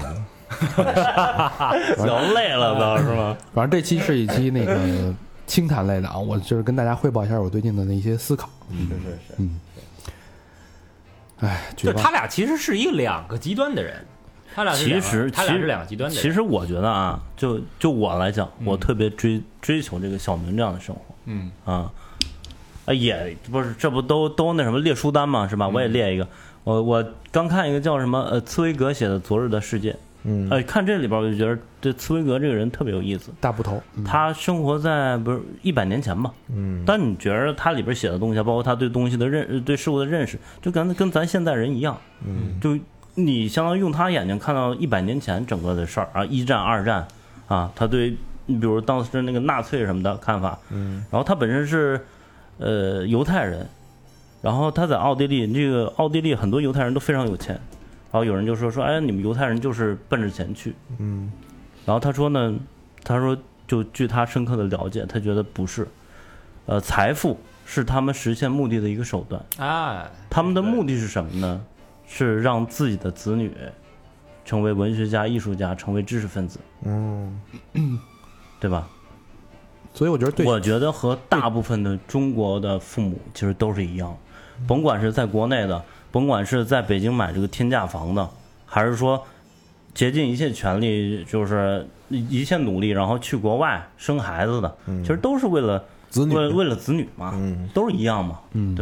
聊累了都是吗？ 反正这期是一期那个清谈类的啊，我就是跟大家汇报一下我最近的那些思考。 是是是， 嗯，哎，绝望就他俩其实是一个两个极端的人，他俩是两个其实其实他俩是两个极端的人。 其实我觉得啊，就就我来讲，我特别追追求这个小明这样的生活嗯啊，啊也不是这不都都那什么列书单嘛是吧？我也列一个，我我刚看一个叫什么呃茨威格写的《昨日的世界》， 嗯， 哎，看这里边我就觉得这茨威格这个人特别有意思， 大部头，嗯他生活在不是一百年前吧？ 嗯， 但你觉得他里边写的东西，包括他对东西的认、对事物的认识，就跟跟咱现代人一样， 嗯， 就你相当于用他眼睛看到一百年前整个的事儿啊，一战、二战啊，他对你比如当时那个纳粹什么的看法， 嗯， 然后他本身是呃犹太人，然后他在奥地利，这个奥地利很多犹太人都非常有钱，然后有人就说说，哎，你们犹太人就是奔着钱去， 嗯， 然后他说呢，他说就据他深刻的了解，他觉得不是，呃，财富是他们实现目的的一个手段， 哎， 他们的目的是什么呢？是让自己的子女成为文学家、艺术家，成为知识分子， 嗯， 对吧？ 所以我觉得对， 我觉得和大部分的中国的父母其实都是一样，甭管是在国内的，甭管是在北京买这个天价房的，还是说竭尽一切全力，就是一切努力，然后去国外生孩子的，其实都是为了子女为了为了子女嘛， 嗯， 都是一样嘛， 嗯， 对吧？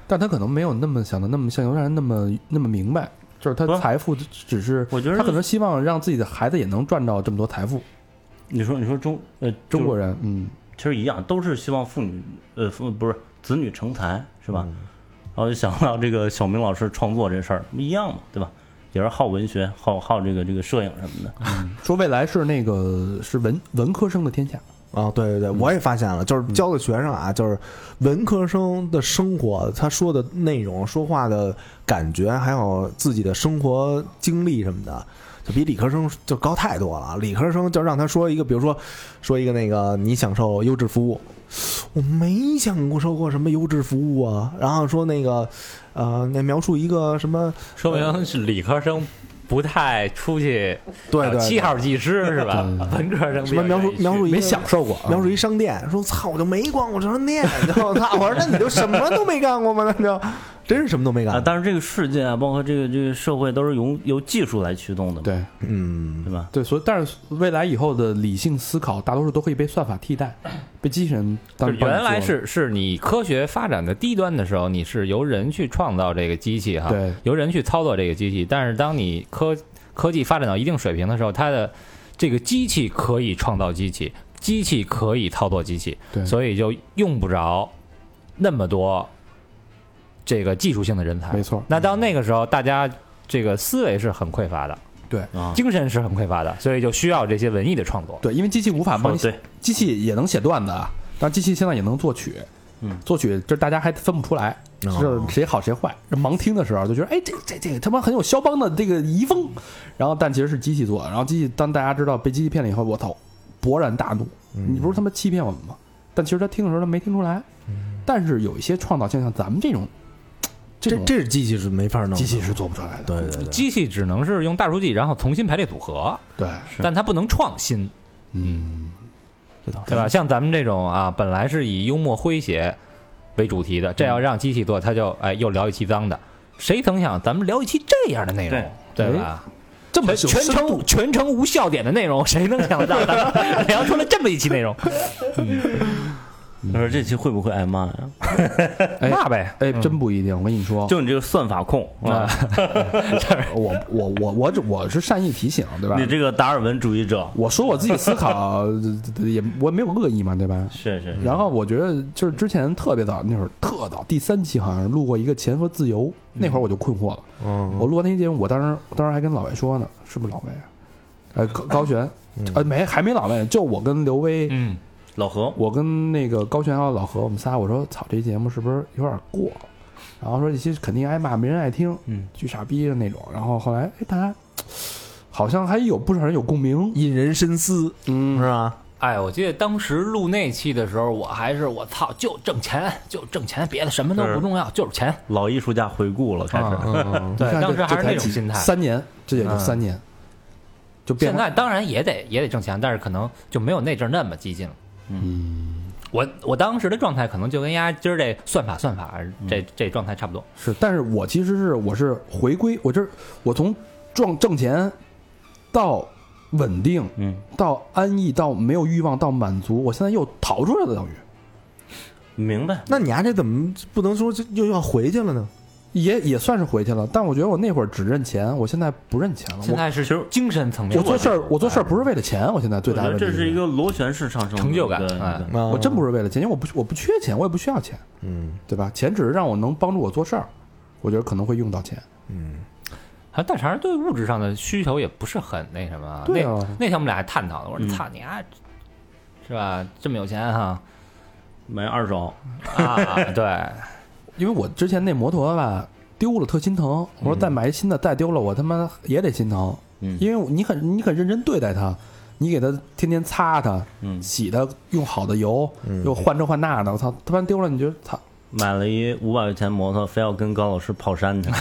但他可能没有那么想的那么像犹太人那么那么明白，就是他财富只是， 我觉得他可能希望让自己的孩子也能赚到这么多财富。 你说你说中呃中国人，嗯， 其实一样，都是希望妇女呃父不是子女成才是吧？嗯、然后就想到这个小明老师创作这事儿一样嘛，对吧？也是好文学，好好这个这个摄影什么的。 嗯、说未来是那个是文文科生的天下。 啊，对对对，我也发现了，就是教的学生啊，就是文科生的生活，他说的内容、说话的感觉，还有自己的生活经历什么的，就比理科生就高太多了。理科生就让他说一个，比如说说一个那个你享受优质服务，我没享过受过什么优质服务啊。然后说那个呃，那描述一个什么， 说明是理科生。不太出去， 对对， 七号技师是吧？文科生什么描述描述一没享受过， 描述一商店，说操，我就没逛过这商店，然后操，我说那你就什么都没干过吗？那就真是什么都没干。 啊，但是这个世界啊，包括这个这个社会，都是由由技术来驱动的嘛， 对， 嗯， 对吧？ 对，所以但是未来以后的理性思考，大多数都可以被算法替代，被机器人当。 原来是是你科学发展的低端的时候，你是由人去创造这个机器哈， 对， 由人去操作这个机器，但是当你科科技发展到一定水平的时候，它的这个机器可以创造机器，机器可以操作机器， 对， 所以就用不着那么多这个技术性的人才。 没错。 那到那个时候，大家这个思维是很匮乏的， 对， 啊、 精神是很匮乏的，所以就需要这些文艺的创作。 对，因为机器无法帮你， 对， 机器也能写段子啊，但机器现在也能作曲。 嗯， 作曲就是大家还分不出来，就是谁好谁坏。盲听的时候就觉得，哎，这这这个他妈很有肖邦的这个遗风，然后但其实是机器做的。然后机器当大家知道被机器骗了以后，我操，勃然大怒！你不是他妈欺骗我们吗？但其实他听的时候他没听出来。但是有一些创造性，像咱们这种， 这这是机器是没法弄， 机器是做不出来的。 对对对， 机器只能是用大数据，然后重新排列组合。 对， 但它不能创新。 嗯。 对吧？像咱们这种啊，本来是以幽默诙谐为主题的，这要让机器做，它就哎又聊一期脏的。谁曾想咱们聊一期这样的内容，对, 对吧？ 这么全程全程无笑点的内容，谁能想得到咱们聊出来这么一期内容？嗯他说这期会不会挨骂呀？ 骂呗， 哎，真不一定。我跟你说， 就你这个算法控啊， 我我我我我是善意提醒，对吧？ 你这个达尔文主义者， 我说我自己思考也我没有恶意嘛，对吧？ 是是。 然后我觉得就是之前特别早那会儿，特早第三期好像录过一个《钱和自由》，那会儿我就困惑了。 嗯， 我录那期节目，我当时当时还跟老魏说呢，是不是老魏啊？呃，高高璇，呃，没还没老魏，就我跟刘威， 嗯。 老何， 我跟那个高璇还有老何，我们仨，我说操，这节目是不是有点过？然后说这些肯定挨骂，没人爱听， 嗯， 巨傻逼的那种。然后后来，哎，大家好像还有不少人有共鸣， 引人深思，嗯，是吧？ 哎，我记得当时录那期的时候，我还是我操，就挣钱，就挣钱，别的什么都不重要，就是钱。 老艺术家回顾了，开始， 嗯、对，当时还是那种心态。 三年，这也就三年，嗯、就变。 现在当然也得也得挣钱，但是可能就没有那阵那么激进了。 嗯， 我我当时的状态可能就跟丫今儿这算法算法这这状态差不多。 是，但是我其实是我是回归，我这我从赚挣钱到稳定， 嗯， 到安逸，到没有欲望，到满足，我现在又逃出来了，等于。 明白？ 那你丫这怎么不能说又要回去了呢？ 也也算是回去了，但我觉得我那会儿只认钱，我现在不认钱了。 现在是精神层面。 我做事儿，我做事儿不是为了钱，我现在最大的问题。 这是一个螺旋式上升， 成就感。 哎，我真不是为了钱，因为我不我不缺钱，我也不需要钱， 嗯， 对吧？钱只是让我能帮助我做事儿，我觉得可能会用到钱， 嗯。 好像大肠对物质上的需求也不是很那什么。 对啊， 那那天我们俩还探讨了，我说操你啊，是吧？这么有钱哈， 买二手啊？对， 因为我之前那摩托吧。丢了特心疼，我说再买一新的，再丢了我他妈也得心疼， 嗯， 因为你很你很认真对待它，你给它天天擦它， 嗯， 洗它，用好的油， 嗯， 又换这换那的，我操，突然丢了，你觉得操？ 买了一五百块钱摩托，非要跟高老师跑山去，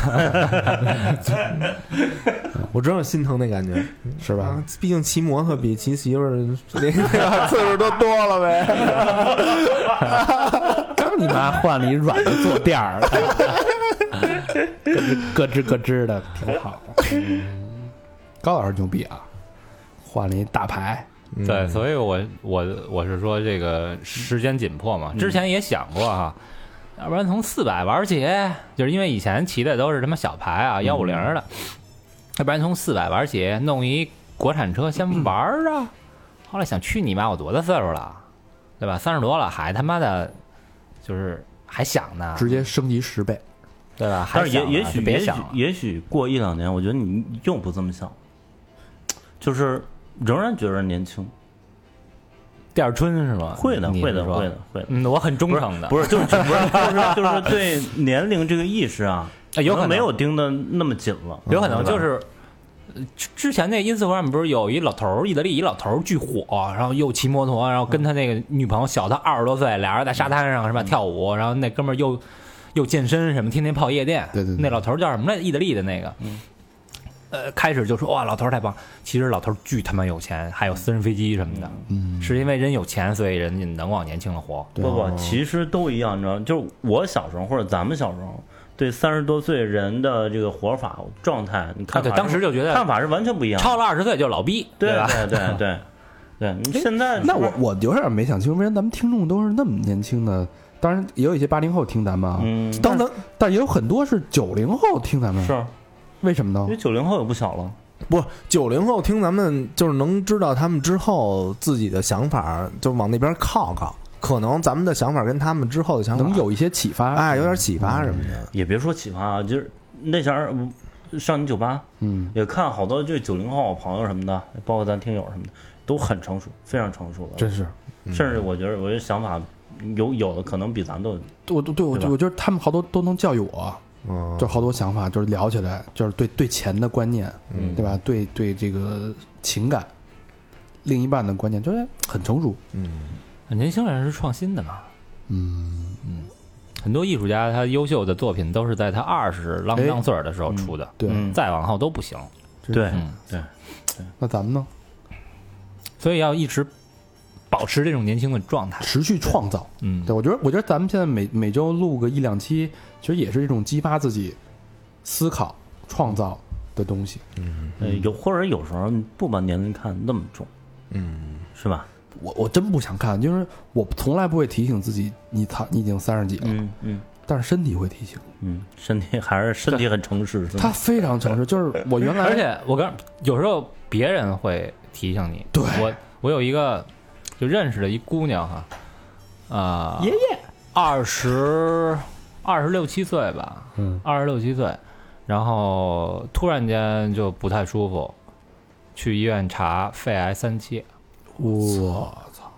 我知道心疼那感觉， 是吧？ 啊、毕竟骑摩托比骑媳妇儿那个次数都多了呗。 刚你妈换了一软的坐垫儿，咯吱咯吱的，挺好。嗯、高老师牛逼啊，换了一大牌。 嗯、对，所以我我我是说这个时间紧迫嘛，之前也想过哈。 要不然从四百玩起，就是因为以前骑的都是什么小牌啊幺五零的，要不然从四百玩起，弄一国产车先玩啊。后来想去你妈，我多大岁数了，对吧？三十多了还他妈的，就是还想呢， 直接升级十倍， 对吧？ 但是也还想呢也许也许就别想了， 也许过一两年，我觉得你又不这么想，就是仍然觉得年轻。 第二春是吗？ 会的，会的， 你是说会的，会的。 嗯，我很忠诚的， 不是，就是不是，就是就是对年龄这个意识啊， 哎有可能没有盯得那么紧了， 有可能对吧就是。呃之之前那 Instagram 不是有一老头儿，意大利一老头儿巨火，然后又骑摩托，然后跟他那个女朋友小他二十多岁，俩人在沙滩上是吧跳舞，然后那哥们儿又又健身什么，天天泡夜店。 对对对那老头儿叫什么来？意大利的那个。 嗯呃，开始就说哇，老头儿太棒。其实老头儿巨他妈有钱，还有私人飞机什么的。 嗯， 是因为人有钱，所以人家能往年轻了活。 不不，其实都一样，你知道，就是我小时候或者咱们小时候对三十多岁人的这个活法状态，你啊，对， 看法是当时就觉得看法是完全不一样的。 超了二十岁就是老逼， 对吧？ 对对对对，你现在那是不是我我有点没想清楚，为什么咱们听众都是那么年轻的？当然也有一些八零后听咱们啊， 嗯当咱但也有很多是九零后听咱们， 是为什么呢因为？九零后也不小了， 不，九零后听咱们就是能知道他们之后自己的想法，就往那边靠靠。可能咱们的想法跟他们之后的想法能有一些启发， 哎有点启发什么的。 也别说启发啊，就是那前儿嗯上你酒吧嗯， 也看好多这九零后朋友什么的，包括咱听友什么的，都很成熟，非常成熟了。 真是， 甚至我觉得，我觉得想法有有的可能比咱都我对我对吧我觉得他们好多都能教育我， 嗯， 就好多想法，就是聊起来，就是对对钱的观念， 嗯对吧？对对这个情感，另一半的观念，就是很成熟。 嗯， 年轻人是创新的嘛。 嗯， 很多艺术家他优秀的作品都是在他二十啷当岁儿的时候出的， 对， 嗯再往后都不行。 对嗯， 对， 那咱们呢？ 所以要一直保持这种年轻的状态。 持续创造。 嗯， 对，我觉得，我觉得咱们现在每每周录个一两期，其实也是一种激发自己思考、创造的东西。 呃，有或者有时候不把年龄看那么重， 嗯， 是吧？ 我我真不想看，就是我从来不会提醒自己，你他你已经三十几了， 嗯嗯但是身体会提醒， 嗯，身体还是身体很诚实，是他吧？ 非常诚实。就是我原来， 而且我刚有时候别人会提醒你， 对我我有一个就认识的一姑娘哈，啊、爷爷，二十二十六七岁吧， 嗯， 二十六七岁，然后突然间就不太舒服，去医院查肺癌三期， 我操，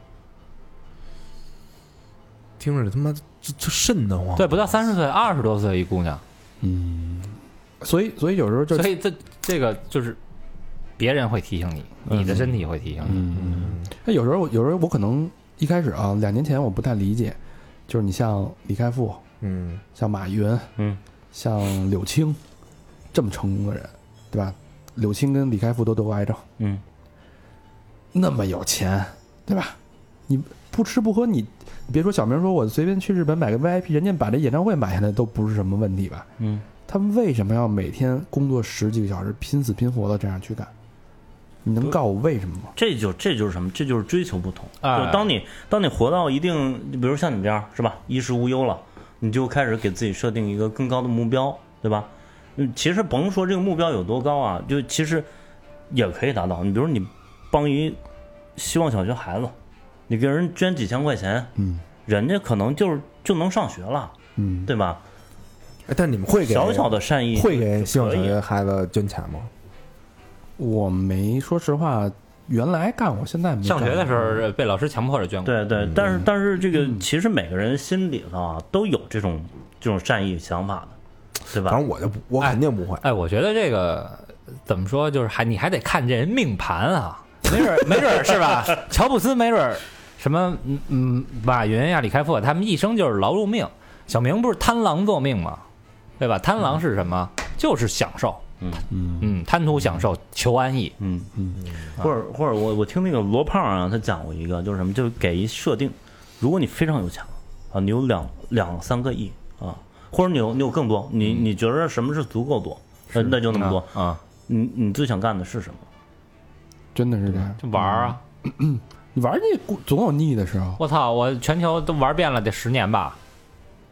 听着他妈就就瘆得慌。 对，不到三十岁，二十多岁一姑娘， 嗯，所以所以有时候就所以这这个就是别人会提醒你，你的身体会提醒你， 嗯，那有时候有时候我可能一开始啊，两年前我不太理解，就是你像李开复， 嗯像马云， 嗯， 像柳青这么成功的人，对吧？柳青跟李开复都得过癌症， 嗯， 那么有钱，对吧？你不吃不喝，你你别说小明说我随便去日本买个 V I P，人家把这演唱会买下来都不是什么问题吧？ 嗯， 他们为什么要每天工作十几个小时，拼死拼活的这样去干？你能告诉我为什么吗？ 这就这就是什么？这就是追求不同。 哎就是当你当你活到一定，比如像你这样是吧，衣食无忧了，你就开始给自己设定一个更高的目标，对吧？嗯，其实甭说这个目标有多高啊，就其实也可以达到。你比如你帮一希望小学孩子，你给人捐几千块钱， 嗯人家可能就是就能上学了， 嗯， 对吧？ 哎，但你们会给小小的善意会给希望小就可以学孩子捐钱吗？ 我没说实话，原来干过，现在没干上学的时候被老师强迫着捐过， 对对，但是但是这个其实每个人心里头啊都有这种这种善意想法的，对吧？ 反正我就不，我肯定不会。 哎，我觉得这个怎么说，就是还你还得看这人命盘啊，没准儿没准儿是吧？乔布斯没准儿什么嗯嗯，马云呀、李开复他们一生就是劳碌命。小明不是贪狼做命吗？对吧？贪狼是什么？就是享受， 嗯嗯嗯，贪图享受，求安逸。 嗯嗯或者或者我我听那个罗胖啊，他讲过一个，就是什么，就给一设定，如果你非常有钱啊，你有两两三个亿啊，或者你有你有更多，你你觉得什么是足够多，那那就那么多， 啊， 你你最想干的是什么？ 真的是这样。 就玩儿啊！ 你玩儿你总有腻的时候， 我操，我全球都玩遍了得十年吧，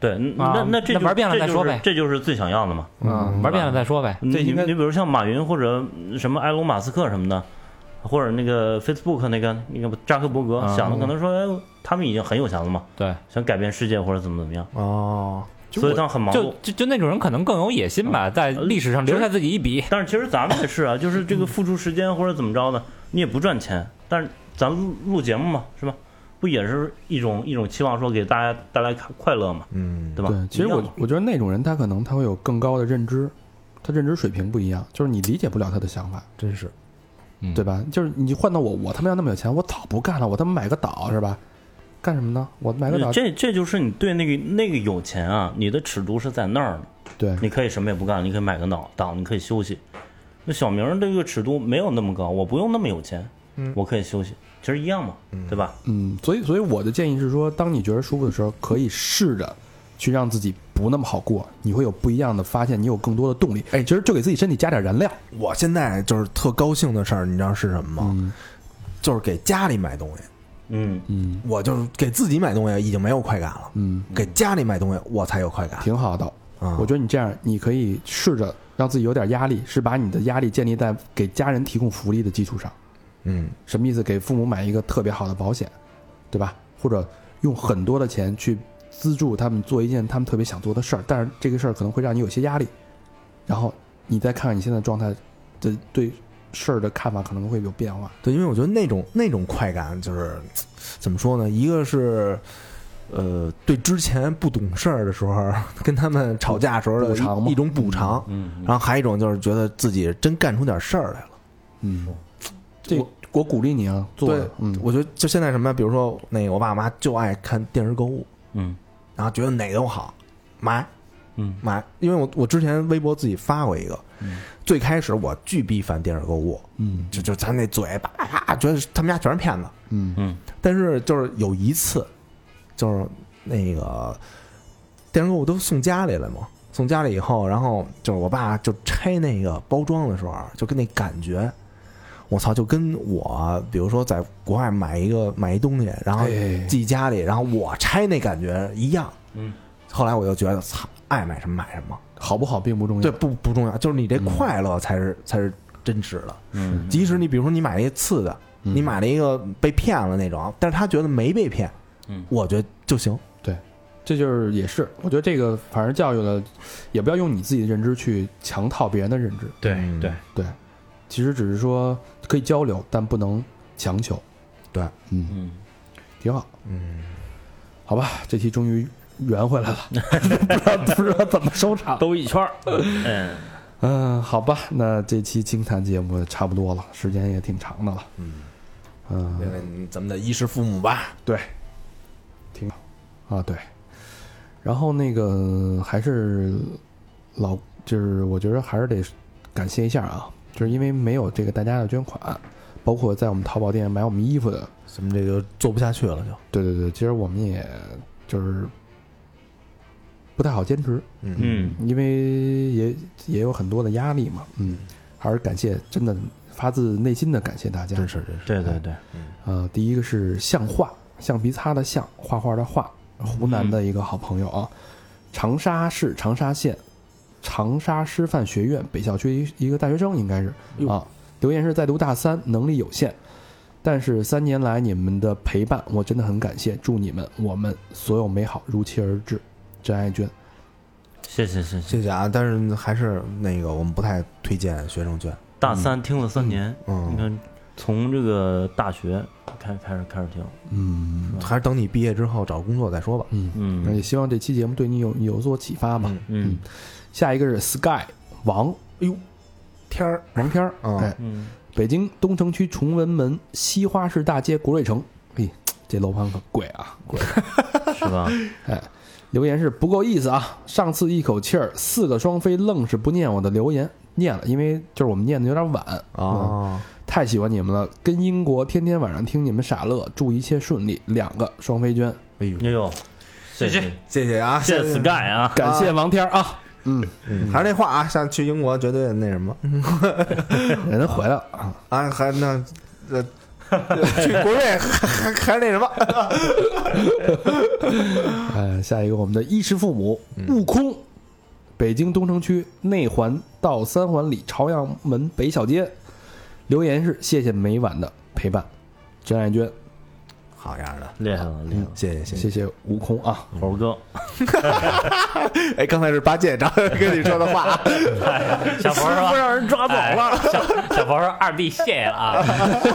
对， 啊那那这就那玩遍了再说呗这就是这就是最想要的嘛。 嗯，玩遍了再说呗。 你你这应该你比如像马云或者什么埃隆·马斯克什么的，或者那个 Facebook 那个那个扎克伯格， 嗯想的可能说，哎，他们已经很有钱了嘛， 对， 想改变世界或者怎么怎么样， 哦， 所以他很忙就碌。 就就那种人可能更有野心吧，在历史上留下自己一笔。 但是其实咱们也是啊，就是这个付出时间或者怎么着的，你也不赚钱，但是咱录录节目嘛，是吧？不也是一种一种期望，说给大家带来快乐嘛， 嗯， 对吧？ 对，其实一样嘛我我觉得那种人他可能他会有更高的认知，他认知水平不一样，就是你理解不了他的想法， 真是， 嗯对吧？就是你换到我，我他妈要那么有钱，我早不干了，我他妈买个岛是吧？干什么呢？我买个岛， 这这就是你对那个那个有钱啊，你的尺度是在那儿的。 对， 你可以什么也不干，你可以买个岛岛，你可以休息。那小明这个尺度没有那么高，我不用那么有钱， 嗯我可以休息，其实一样嘛，对吧？ 嗯，所以所以我的建议是说，当你觉得舒服的时候，可以试着去让自己不那么好过，你会有不一样的发现，你有更多的动力。哎，其实就给自己身体加点燃料。 我现在就是特高兴的事儿，你知道是什么吗？ 嗯就是给家里买东西， 嗯， 嗯我就是给自己买东西已经没有快感了， 嗯， 给家里买东西我才有快感。 挺好的。 啊我觉得你这样，你可以试着让自己有点压力，是把你的压力建立在给家人提供福利的基础上。 嗯什么意思？给父母买一个特别好的保险，对吧？或者用很多的钱去资助他们做一件他们特别想做的事儿，但是这个事儿可能会让你有些压力。然后你再看看你现在状态的对事儿的看法可能会有变化。 对，因为我觉得那种那种快感就是怎么说呢？一个是呃，对之前不懂事儿的时候跟他们吵架时候的补偿吗一一种补偿， 嗯， 然后还有一种就是觉得自己真干出点事儿来了。 嗯，这我我鼓励你啊，做对的，嗯， 我觉得就现在什么，比如说那个我爸妈就爱看电视购物， 嗯然后觉得哪个都好，买嗯买。因为我我之前微博自己发过一个， 嗯最开始我巨逼烦电视购物， 嗯就就咱那嘴叭叭，觉得他们家全是骗子。 嗯嗯但是就是有一次，就是那个电视购物都送家里了嘛，送家里以后，然后就是我爸就拆那个包装的时候，就跟那感觉，我操，就跟我比如说在国外买一个买一东西，然后哎寄家里，然后我拆那感觉一样。 嗯， 后来我就觉得，操，爱买什么买什么， 好不好并不重要。 对，不不重要，就是你这快乐才是、才是真实的。 嗯即使你比如说你买了一个次的， 嗯你买了一个被骗了那种，但是他觉得没被骗， 嗯我觉得就行。 这就是也是，我觉得这个反正教育了，也不要用你自己的认知去强套别人的认知。 对嗯对， 对，其实只是说可以交流，但不能强求。 对， 嗯， 嗯， 挺好。 嗯， 好吧，这期终于圆回来了，不知道不知道怎么收场。 兜一圈儿，嗯嗯，好吧，那这期清谈节目也差不多了，时间也挺长的了。 嗯嗯， 因为咱们的衣食父母吧， 对，挺好啊，对。然后那个还是老，就是我觉得还是得感谢一下啊，就是因为没有这个大家的捐款，包括在我们淘宝店买我们衣服的， 咱们这个做不下去了就。 对对对，其实我们也就是不太好坚持， 嗯嗯因为也也有很多的压力嘛，嗯，还是感谢，真的发自内心的感谢大家， 真是真是。 对对对， 呃，第一个是象画，橡皮擦的橡，画画的画，湖南的一个好朋友啊，长沙市长沙县长沙师范学院北校区一一个大学生应该是啊，留言是在读大三，能力有限，但是三年来你们的陪伴，我真的很感谢，祝你们我们所有美好如期而至，真爱娟。 谢谢谢谢。 谢谢啊，但是还是那个我们不太推荐学生捐。 大三听了三年， 嗯你看从这个大学开开始开始听， 嗯还是等你毕业之后找工作再说吧。 嗯，那嗯也希望这期节目对你有有所启发吧。 嗯嗯下一个是 Sky 王，哎呦， 天儿， 王天儿， 嗯哎， 嗯， 北京东城区崇文门西花市大街国瑞城，嘿，这楼盘可贵啊，贵。 是吧？ 哎，留言是不够意思啊！上次一口气儿四个双飞愣是不念我的留言，念了，因为就是我们念的有点晚啊、 哦， 太喜欢你们了，跟英国天天晚上听你们傻乐，祝一切顺利。两个双飞娟， 哎呦， 哎呦，谢谢谢谢啊， 谢谢 Sky 啊， 感谢王天儿啊，嗯， 嗯还是那话啊，像去英国绝对那什么人家回来了啊， 啊，还那呃去国瑞还还还是那什么？ 呃，下一个我们的衣食父母悟空，北京东城区内环到三环里朝阳门北小街，留言是谢谢每晚的陪伴，真爱娟， 好样的， 厉害了，厉害了， 谢谢谢谢谢悟空啊， 猴哥， 哎，刚才是八戒找跟你说的话， 小佛说不让人抓走了。 哎小小佛说二弟谢谢了啊。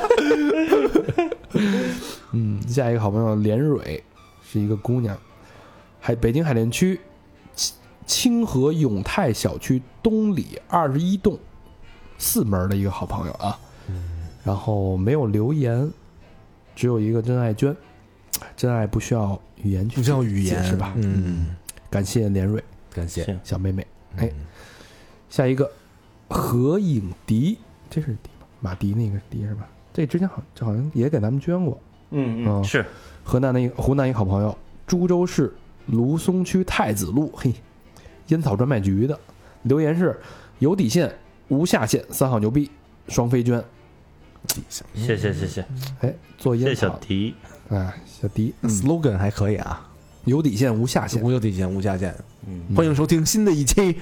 嗯，下一个好朋友连蕊是一个姑娘，海北京海淀区清清河永泰小区东里二十一栋四门的一个好朋友啊，然后没有留言，只有一个真爱娟，真爱不需要语言去不需要语言是吧？ 嗯， 感谢连蕊感谢。 行小妹妹。哎，下一个何影迪，这是迪吗？马迪那个是迪是吧？这之前好这好像也给咱们捐过。 嗯嗯嗯，是河南的一个湖南一个好朋友，株洲市芦松区太子路，嘿，烟草专卖局的留言是有底线无下限，三好牛逼，双飞娟。 谢谢谢谢， 哎，做谢谢烟草， 小迪， 哎，小迪，嗯， slogan 还可以啊， 有底线无下限。 无有底线无下限。 嗯， 欢迎收听新的一期。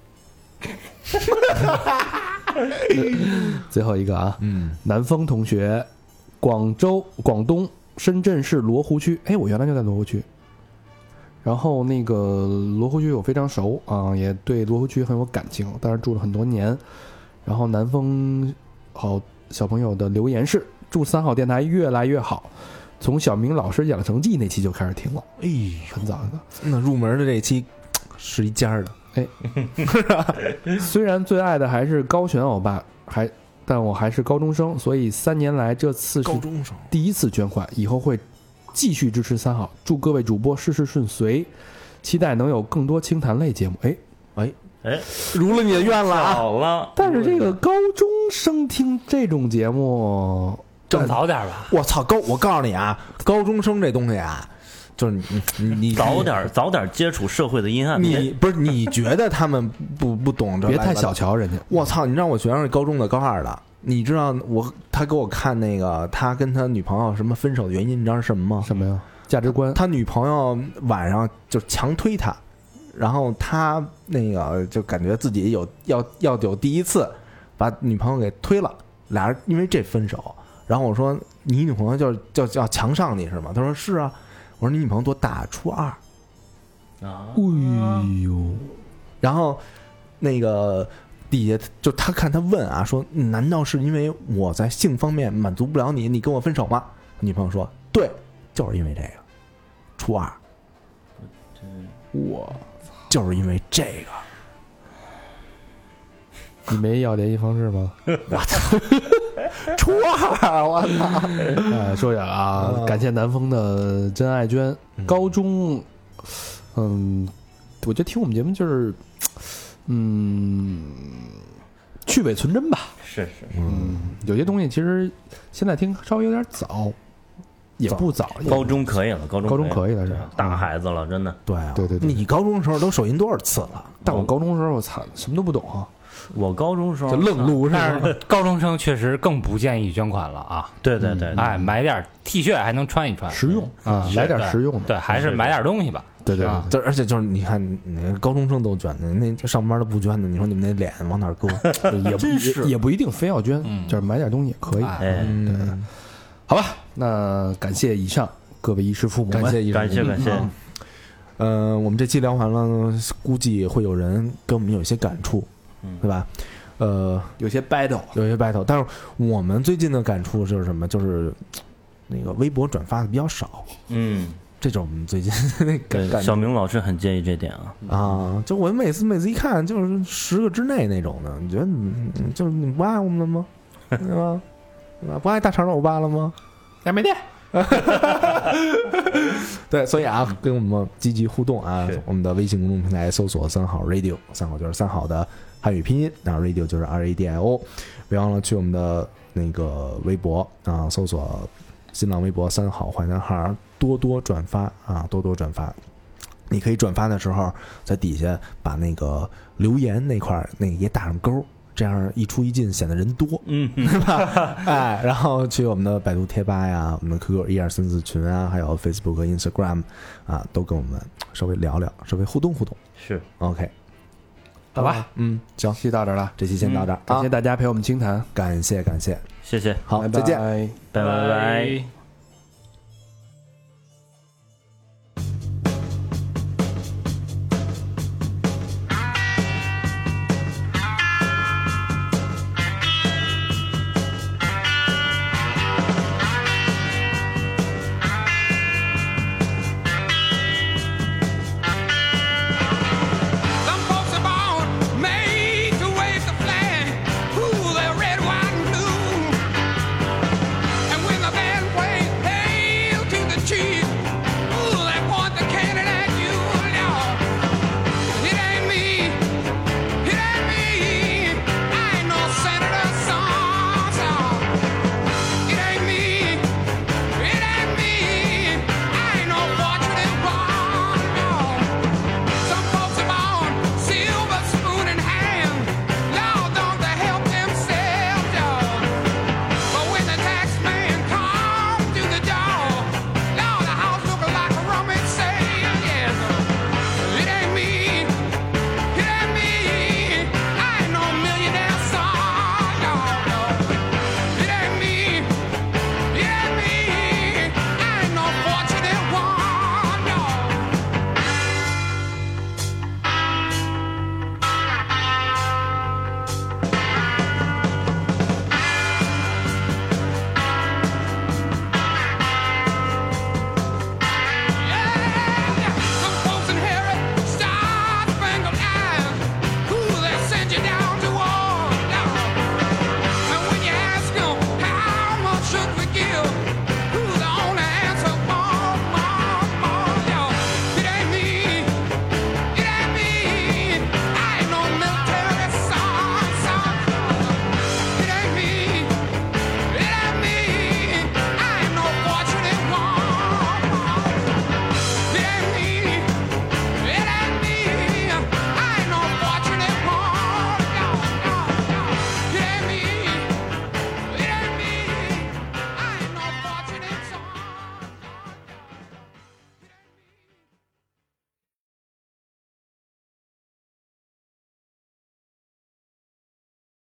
最后一个啊， 嗯， 南风同学，广州广东深圳市罗湖区，哎，我原来就在罗湖区。然后那个罗湖区我非常熟啊，也对罗湖区很有感情，但是住了很多年。然后南风好小朋友的留言是：祝三好电台越来越好。从小明老师养成记那期就开始听了， 哎， 很早很早。 那入门的这一期是一家的。 虽然最爱的还是高璇欧巴，还但我还是高中生，所以三年来这次是高中生， 第一次捐款，以后会继续支持三好，祝各位主播事事顺遂，期待能有更多清谈类节目。哎哎哎， 如了你的愿了啊！ 好了， 但是这个高中生听这种节目， 正早点吧。 我操，高！我告诉你啊，高中生这东西啊，就是你你你早点早点接触社会的阴暗你面， 不是你觉得他们不不懂这？ 别太小。瞧人家。 我操！你让我学生高中的高二的，你知道我他给我看那个他跟他女朋友什么分手的原因，你知道是什么吗？ 什么呀？价值观。 他女朋友晚上就强推他，然后他那个就感觉自己有要要有第一次，把女朋友给推了，俩人因为这分手。然后我说你女朋友就就就要强上你是吗？他说是啊。我说你女朋友多大？初二。 啊， 哎呦， 然后那个底下就他看他问啊，说难道是因为我在性方面满足不了你，你跟我分手吗？女朋友说对，就是因为这个，初二， 我就是因为这个。 你没要联系方式吗？ 初二，我操！ 哎，说远了啊，感谢南风的真爱娟。高中，嗯，我觉得听我们节目就是，嗯，去伪存真吧。 是是， 嗯，有些东西其实现在听稍微有点早，也不早。也不高中可以了，高中高中可以了是吧大孩子了，真的。 对啊， 对对对你高中的时候都手淫多少次了？ 但我高中的时候，我操，什么都不懂啊， 我高中时候就愣撸是但吧？ 是高中生确实更不建议捐款了啊！ 对对对， 哎，买点 T 恤还能穿一穿， 实用啊， 是来点实用的。 对，还是买点东西吧。 对对啊对就而且就是你看，那高中生都捐的，那上班的不捐的，你说你们那脸往哪儿搁？ 对，也不也也不一定非要捐， 嗯就是买点东西也可以。 哎哎， 嗯， 好吧，那感谢以上各位衣食父母们， 感谢感谢感谢， 呃，我们这期聊完了，估计会有人跟我们有一些感触， 嗯对吧？呃， 有些 battle， 有一些 battle，但是我们最近的感触就是什么？就是那个微博转发的比较少， 嗯， 这种我们最近那对个，感小明老师很介意这点啊。 啊，就我每次每次一看就是十个之内那种的，你觉得你你就是你不爱我们了吗？对吧？对吧不爱大肠欧巴了吗？ 呀没电， 对，所以啊，跟我们积极互动啊是， 我们的微信公众平台搜索“三好 radio”， 三好就是三好的汉语拼音，然后 radio 就是 R A D I O， 别忘了去我们的那个微博啊，搜索新浪微博“三好坏男孩”，多多转发啊，多多转发。你可以转发的时候，在底下把那个留言那块儿那个也打上勾， 这样一出一进显得人多， 嗯， 对吧？哎，然后去我们的百度贴吧呀，我们的 Q Q 一二三四群啊，还有 Facebook 和 Instagram 啊，都跟我们稍微聊聊，稍微互动互动。 是 OK， 好吧， 嗯，行， 期到这儿了， 这期先到这儿， 感谢啊， 大家陪我们清谈， 感谢感谢， 谢谢， 好， 拜拜再见。 拜拜拜。